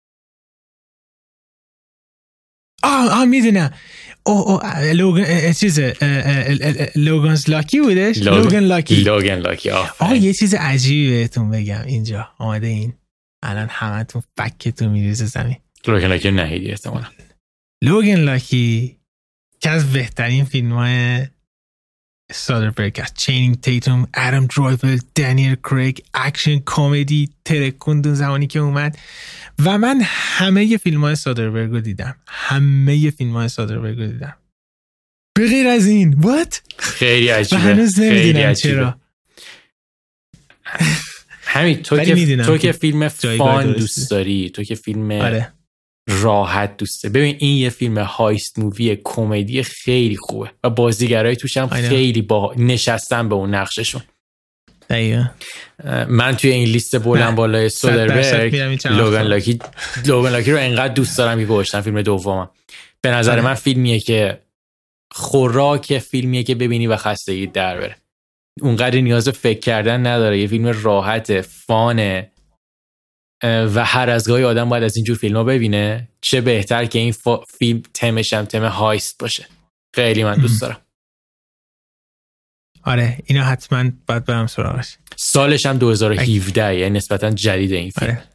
آه آه میدونم. اوه اوه لوگان چیزه لوگانز لاکی بودش. لوگان لاکی. لوگان لاکی. آه یه چیز عجیبی بهتون بگم اینجا آمده این الان همتون فکتون میریزه زمین. لوگان لاکی نهیدی احتمالاً. لوگان لاکی که از بهترین فیلم‌های سودربرگ است. چینینگ تیتوم، ادم درایور، دنیل کریگ، اکشن کمدی ترکوندون زمانی که اومد و من همه فیلم‌های سودربرگ رو دیدم. همه فیلم‌های سودربرگ رو دیدم. به غیر از این what خیلی عجیبه. هنوز نمیدونم چرا. همین تو که تو که فیلم فان دوست داری، تو که فیلم آره. راحت دوسته، ببین این یه فیلم هایست مووی کمدی خیلی خوبه و بازیگرای توش هم خیلی با نشستن به اون نقششون. دقیقاً. من توی این لیست بلند بالای سودربرگ لوگان لاکی لوگان لاکی رو انقدر دوست دارم که گذاشتم فیلم دومم. به نظر من فیلمیه که خوراک فیلمیه که ببینی و خستگی در بره. اونقدر نیاز فکر کردن نداره، یه فیلم راحت فانه و هر از گاهی آدم باید از اینجور فیلم ها ببینه. چه بهتر که این فا... فیلم تمش هم تم هایست باشه. خیلی من دوست دارم. آره اینا حتما باید برم سراغش. سالش هم دو هزار و هفده، یعنی نسبتا جدید این فیلم. آره.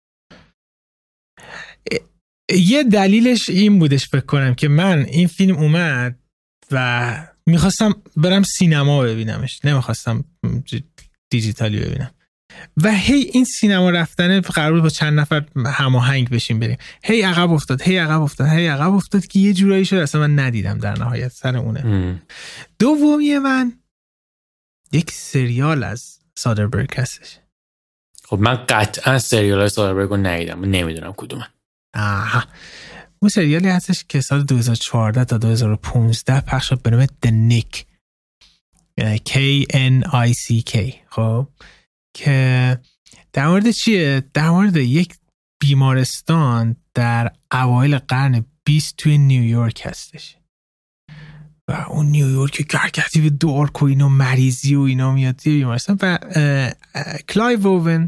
یه دلیلش این بودش فکر کنم که من این فیلم اومد و میخواستم برم سینما ببینمش، نمیخواستم دیجیتالی ببینم و هی این سینما رفتن قرار بود با چند نفر هماهنگ بشیم بریم، هی عقب افتاد هی عقب افتاد هی عقب افتاد که یه جورایی شد اصلا من ندیدم در نهایت سر اونه. دومی من یک سریال از سودربرگ هستش. خب من قطعا سریال از سودربرگ رو ندیدم، نمیدونم کدومه. آها اون سریالی هستش که سال دو هزار و چهارده تا دو هزار و پانزده پخش شد به نام The Nick K N I C K. خب که در مورد چیه؟ در مورد یک بیمارستان در اوایل قرن بیست توی نیویورک هستش و اون نیویورک گرگتی به دارک و اینا مریضی و اینا میاد توی بیمارستان و کلایو اوون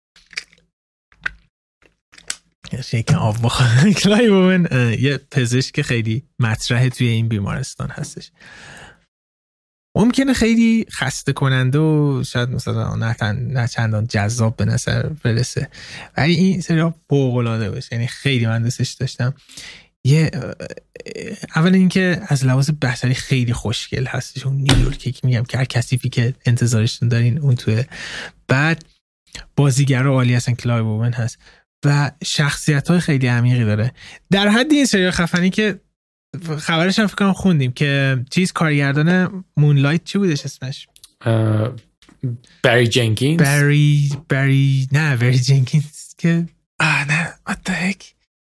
یکی آب بخواه کلایو اوون یه پزشک خیلی مطرحه توی این بیمارستان هستش. ممکنه خیلی خسته کننده و شاید مثلا نه, نه چندان جذاب به نظر برسه ولی این سریال فوق‌العاده باشه، یعنی خیلی من دوستش داشتم. یه اول اینکه از لحاظ بصری خیلی خوشگل هستش، اون نیویورکی که میگم که هر کثیفی که انتظارشون دارین اون توه. بعد بازیگرا عالی هستن، کلایو اوون هست و شخصیت‌های خیلی عمیقی داره. در حد این سریال خفنی که خبرش هم فکر کنم خوندیم که چیز کارگردان مونلایت چی بودش اسمش؟ بری جنکینز. بری بری نه بری جنکینز که آه نه what the heck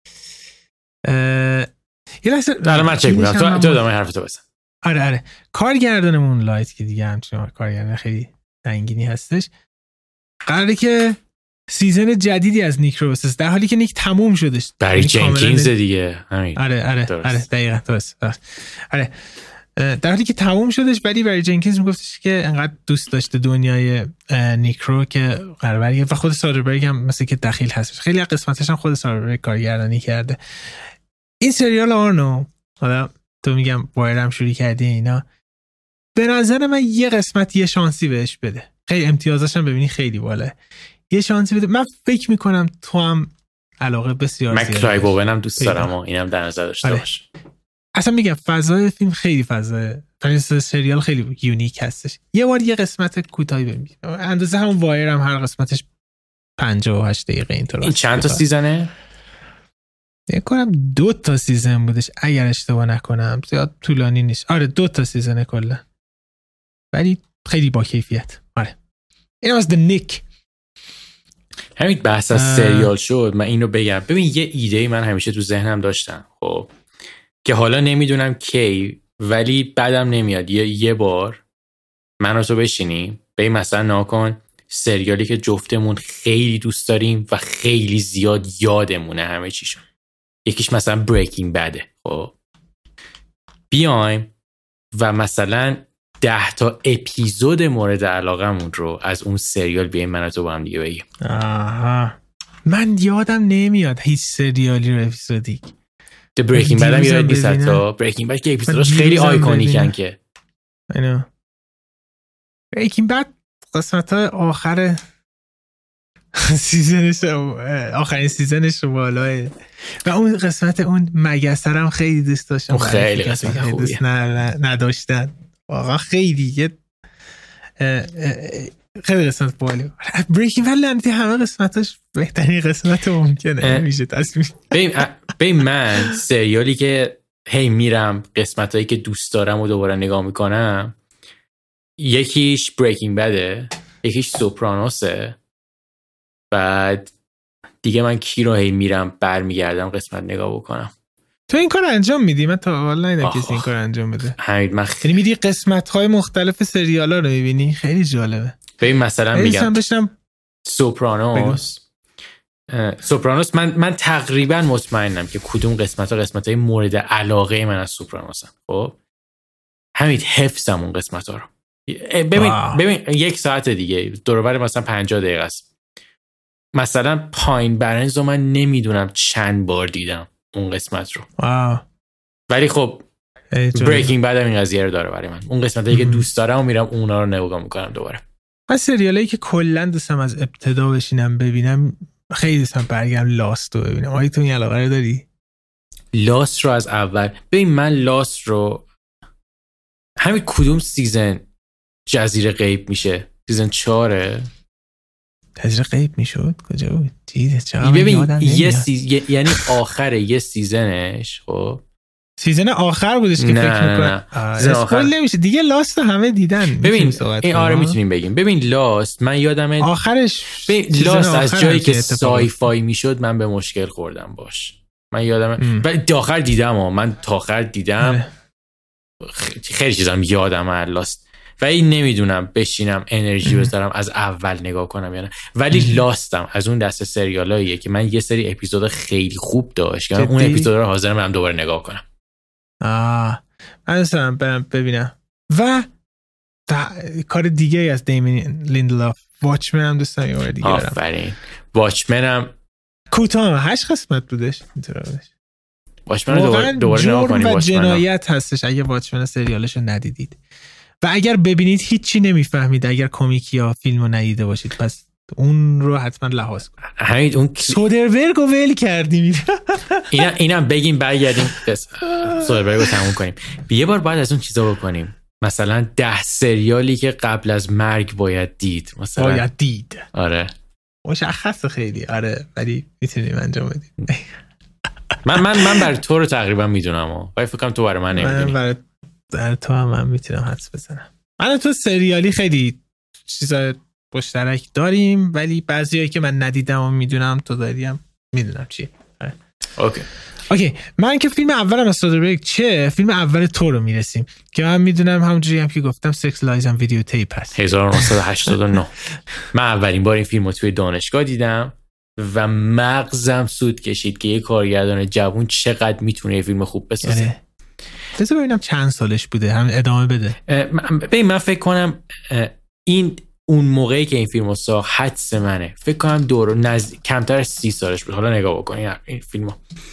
یه لحظه دارم من چک میکنم تو تو ادامه حرفتو بزن. آره آره کارگردان مونلایت که دیگه همچنین کارگردان خیلی سنگینی هستش، قراره که سیزن جدیدی از نیک رو بسازه در حالی که نیک تموم شدش. بری جنکینز دیگه همین. آره آره درست. آره دقیقاً درست. آره در حالی که تموم شدش ولی بری جنکینز میگفتش که انقدر دوست داشته دنیای نیک رو که قراره و خود سودربرگ هم مثل که دخیل هستش. خیلی از قسمتش هم خود سودربرگ کارگردانی کرده. این سریال آرنو حالا تو میگم وایرم شروع کردی اینا، به نظر من یه قسمت یه شانسی بهش بده، خیلی امتیازش هم ببینی خیلی بالا، یه شانسی بده. من فکر میکنم تو هم علاقه بسیار زیاده. من کلایو اوون هم دوست دارم و اینم در نظر داشته باش. اصلا میگم فضای فیلم خیلی فضای فضای سریال خیلی یونیک هستش. یه بار یه قسمت کوتاهی ببین، اندازه همون وایر هم هر قسمتش پنجاه و هشت دقیقه اینطور. این چند تا سیزنه؟ فکر کنم دو تا سیزن بودش اگر اشتباه نکنم، زیاد طولانی نیست. آره دو تا سیزن کلا ولی خیلی با کیفیت. آره این از The Nick. همین بحث از سریال شد من اینو بگم. ببین یه ایده من همیشه تو ذهنم داشتم خب که حالا نمیدونم کی ولی بعدم نمیاد یه یه بار من و تو بشینیم ببین مثلا ناکن سریالی که جفتمون خیلی دوست داریم و خیلی زیاد یادمونه همه چیشون. یکیش مثلا بریکینگ بده خب بیایم و مثلا ده تا اپیزود مورد علاقمون رو از اون سریال بیایم من و تو با هم دیگه بگیم. آها من یادم نمیاد هیچ سریالی رو اپیزودی. The Breaking Bad هم یاد نیست حتی. Breaking Bad که اپیزوداش خیلی آیکونیکن که اینو Breaking Bad قسمت های آخر سیزنش آخرین سیزنش رو بالاه و اون قسمت اون مگسر هم خیلی دوست داشتم. اون خیلی قسمت خوبیه نداشتن واقعا خیلی یه خیلی قسمت بالی. بریکینگ بد لعنتی همه قسمتاش بهترین قسمت ممکنه میشه تصمیم. ببین ببین من سریالی که هی میرم قسمتایی که دوست دارم و دوباره نگاه میکنم، یکیش بریکینگ بده، یکیش سوپرانوسه. بعد دیگه من کی رو هی میرم برمیگردم قسمت نگاه بکنم. تو این کار انجام میدی؟ من تا حالا ندیدم کسی این کار انجام بده. همین من یعنی میری قسمت‌های مختلف سریالا رو میبینی؟ خیلی جالبه. ببین مثلا میگم بشنم سوپرانوس سوپرانوس من من تقریبا مطمئنم که کدوم قسمت‌ها قسمت‌های مورد علاقه من از سوپرانوسن. خب همین حفظم اون قسمت‌ها رو. ببین آه. ببین یک ساعت دیگه دور و بر مثلا پنجاه دقیقه است. مثلا پاین برنز رو من نمیدونم چند بار دیدم اون قسمت رو. آه. ولی خب بریکینگ بد هم این قضیه رو داره برای من. اون قسمتایی که دوست دارم و میرم اونا رو نگاه میکنم دوباره. من سریالایی که کلا دوستم از ابتدا بشینم ببینم، خیلی دوستم برگردم لاست رو ببینم. آیا تو این علاقه رو داری؟ لاست رو از اول ببین. من لاست رو همین کدوم سیزن جزیره غیب میشه؟ سیزن چهاره جزیره غیب میشد؟ کجا بود؟ دیده چرا ببین یه سیز... یعنی آخر یه سیزنش. خب سیزن آخر بودش که نه فکر نه میکنم آخر نمیشه دیگه. لاست همه دیدن. ببین این آره میتونیم بگیم. ببین لاست من یادم آخرش ببین لاست از جایی که سای فای میشد من به مشکل خوردم باش. من یادم ولی تا آخر دیدم ها. من تا آخر دیدم خیلی چیزام یادم از لاست، ولی نمیدونم بشینم انرژی بذارم از اول نگاه کنم یا نه. ولی لاستم از اون دسته سریالاییه که من یه سری اپیزود خیلی خوب داشت که من اون اپیزودا رو حاضرم برم دوباره نگاه کنم. آه من دوستم برم ببینم. و کار دیگه از دیمین لیندلاف، واچمن هم دوستم یه بار دیگه برم. آفرین. واچمن هم کوتاه هشت قسمت بودش. اینطوره بودش. واچمن رو دوباره دوباره نگاه کنیم. واچمن جنایت هستش اگه واچمن سریالش رو ندیدید. و اگر ببینید هیچی نمیفهمید اگر کمیک یا فیلم رو ندیده باشید، پس اون رو حتما لحاظ کنید. همین اون سودربرگ رو ول کردیم. اینا اینم بگیم برگردیم بس سودربرگ رو تموم کنیم. یه بار بعد از اون چیزا بکنیم، مثلا ده سریالی که قبل از مرگ باید دید. مثلا باید دید. آره مشخصه خیلی. آره ولی میتونیم انجام بدیم. من من من برای تو رو تقریبا میدونم ولی فکر کنم تو برای من نمیدونی. برای در تو هم من میتونم حدس بزنم. من تو سریالی خیلی چیزا مشترک داریم، ولی بعضیایی که من ندیدم و میدونم تو داریم میدونم چیه. اوکی اوکی من که فیلم اولم از سودربرگ چه؟ فیلم اول تو رو میرسیم که من میدونم همونجوری هم که گفتم سکس لایز هم ویدیو تیپ هست. هزار و نهصد و هشتاد و نه من اولین بار این فیلم رو توی دانشگاه دیدم و مغزم سود کشید که یه کارگردان جوون چقدر میتونه یه فیلم خوب بسازه. بذار ببینم چند سالش بوده، هم ادامه بده. ببین من فکر کنم این اون موقعی که این فیلمو ساخت حدس منه، فکر کنم دور نزد... کمتر از سی سالش بود. حالا نگاه بکنین این فیلمو.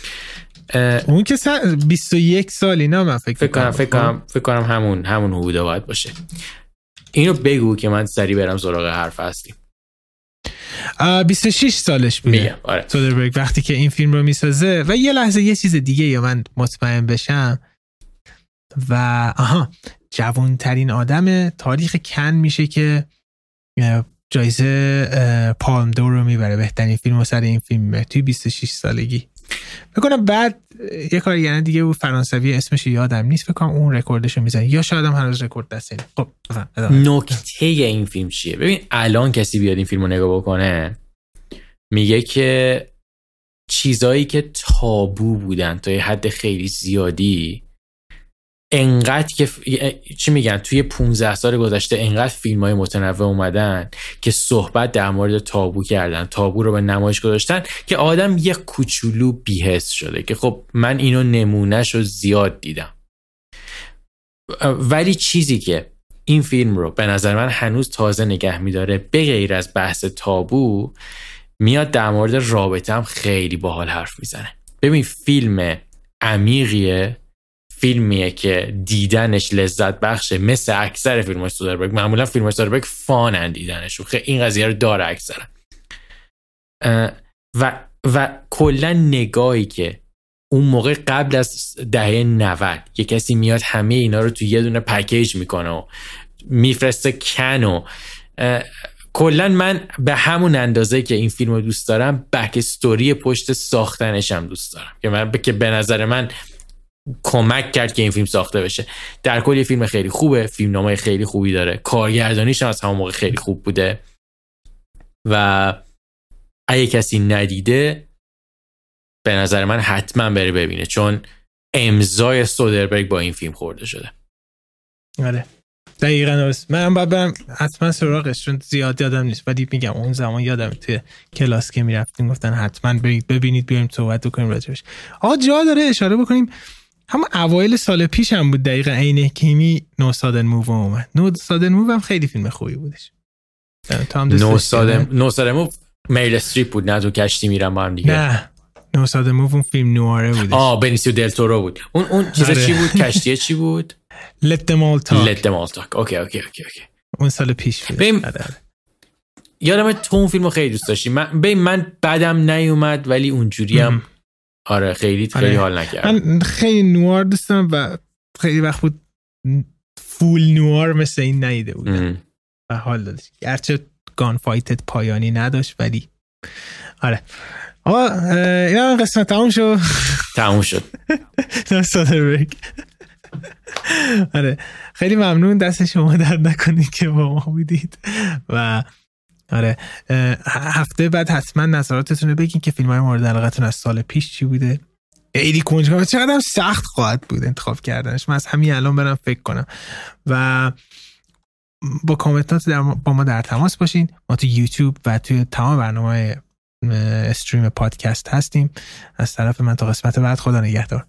اون که بیست و یک سال اینا من فکر, فکر کنم فکر کنم فکر کنم همون همون حدودا باید باشه. اینو بگو که من سری برم سراغ حرف اصلی. بیست و شش سالش بوده. میگم آره. سودربرگ وقتی که این فیلم رو میسازه. و یه لحظه یه چیز دیگه یا من مطمئن بشم و آها جوان ترین آدم تاریخ کن میشه که جایزه پالم دور رو میبره، بهترین فیلم سر این فیلم توی بیست و شش سالگی. فکر کنم بعد یه کارگردان دیگه بود فرانسوی اسمش یادم نیست، فکر کنم اون رکوردشو میزنه یا شاید هم هنوز رکورد دسته. خب نکته این فیلم چیه؟ ببین الان کسی بیاد این فیلمو نگاه بکنه میگه که چیزایی که تابو بودن تا یه حد خیلی زیادی، انقدر که ف... چی میگن توی پونزده سال گذشته انقدر فیلم‌های متنوع اومدن که صحبت در مورد تابو کردن، تابو رو به نمایش گذاشتن که آدم یک کوچولو بی‌حس شده که خب من اینو نمونهشو زیاد دیدم. ولی چیزی که این فیلم رو به نظر من هنوز تازه نگه میداره به غیر از بحث تابو، میاد در مورد رابطه هم خیلی باحال حرف میزنه. ببین فیلم عمیقیه، فیلمیه که دیدنش لذت بخشه، مثل اکثر فیلم‌های سودربرگ. معمولا فیلم‌های سودربرگ فانن دیدنش، خیلی این قضیه رو داره اکثرا. و و کلا نگاهی که اون موقع قبل از دهه نود یه کسی میاد همه اینا رو تو یه دونه پکیج میکنه و میفرسته کن و کلا من به همون اندازه که این فیلم رو دوست دارم بک استوری پشت ساختنش هم دوست دارم که من که به نظر من کمک کرد که این فیلم ساخته بشه. در کل یه فیلم خیلی خوبه، فیلمنامه خیلی خوبی داره، کارگردانیش هم از همون موقع خیلی خوب بوده و اگه کسی ندیده به نظر من حتما بره ببینه، چون امضای سودربرگ با این فیلم خورده شده. آره دقیقاً درست. من باید برم حتما سراغش، چون زیاد یادم نیست، ولی میگم اون زمان یادم توی کلاس که میرفتیم گفتن حتما برید ببینید، بیایم صحبت بکنیم راجعش. آقا جا داره اشاره بکنیم همون اوایل سال پیش هم بود دقیقاً عین کیمی نو سادن موو اومد. نو سادن موو هم خیلی فیلم خوبی بودش. نو سادن نو سادن موو میل استریپ بود، نه تو کشتی میرم با هم دیگه. نه نو سادن موو اون فیلم نواره بودش. آه بنیسیو دل تورو بود. اون اون چیز چی بود؟ کشتی چی بود؟ Let them all talk. Let them all talk. اوکی اوکی اوکی اوکی. اون سال پیش بود. بیم یادم تو اون فیلمو خیلی دوست داشتی. من ببین من بعدم نیومد ولی اونجوری هم آره خیلی خیلی آره. حال نکردم. من خیلی نوار دوست دارم و خیلی وقت بود فول نوار مثل این نیده بودم و حال داشت. گرچه گان فایتت پایانی نداشت ولی آره. آقا اینا قسمت تموم شد. تموم شد. سودربرگ. آره خیلی ممنون، دست شما درد نکنید که با ما بودید و آره هفته بعد حتما نظراتتون رو بگین که فیلم‌های مورد علاقتون از سال پیش چی بوده. خیلی کنجکاو، چقدر هم سخت خواهد بود انتخاب کردنش. من از همین الان برم فکر کنم و با کامنتات در با ما در تماس باشین. ما تو یوتیوب و توی تمام برنامه‌های استریم پادکست هستیم. از طرف من تا قسمت بعد خدا نگهدار.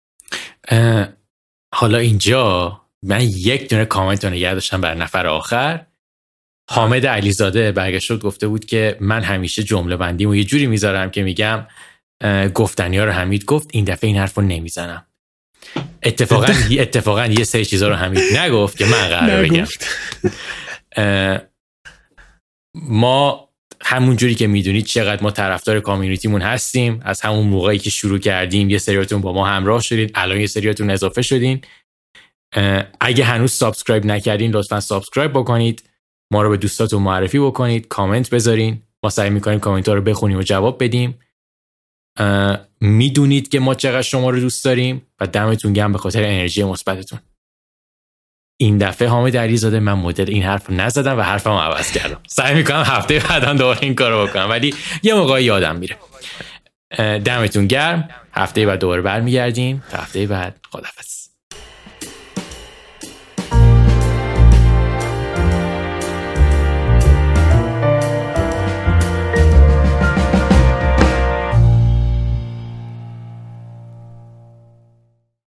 حالا اینجا من یک دونه کامنت رو نگه داشتم بر نفر آخر. حامد علیزاده برگشت شد گفته بود که من همیشه جمله بندیمو یه جوری میذارم که میگم گفتنی ها رو حمید گفت، این دفعه این حرف رو نمیزنم. اتفاقا اتفاقا یه سری چیزا رو حمید نگفت که من قرار بگم. ما همون جوری که میدونید چقدر ما طرفدار کامیونیتیمون هستیم. از همون موقعی که شروع کردیم یه سریاتون با ما همراه شدید، الان یه سریاتون اضافه شدین. اگه هنوز سابسکرایب نکردین لطفاً سابسکرایب بکنید، ما رو به دوستاتون معرفی بکنید، کامنت بذارین. ما سعی میکنیم کامنت ها رو بخونیم و جواب بدیم. میدونید که ما چقدر شما رو دوست داریم و دمتون گرم به خاطر انرژی مثبتتون. این دفعه حامد علیزاده من مدل این حرف رو نزدم و حرفمو عوض کردم. سعی میکنم هفته بعدم دوباره این کارو بکنم ولی یه موقعی یادم میره. دمتون گرم. هفته بعد دوباره برمیگردیم. تا هفته بعد خداحافظ.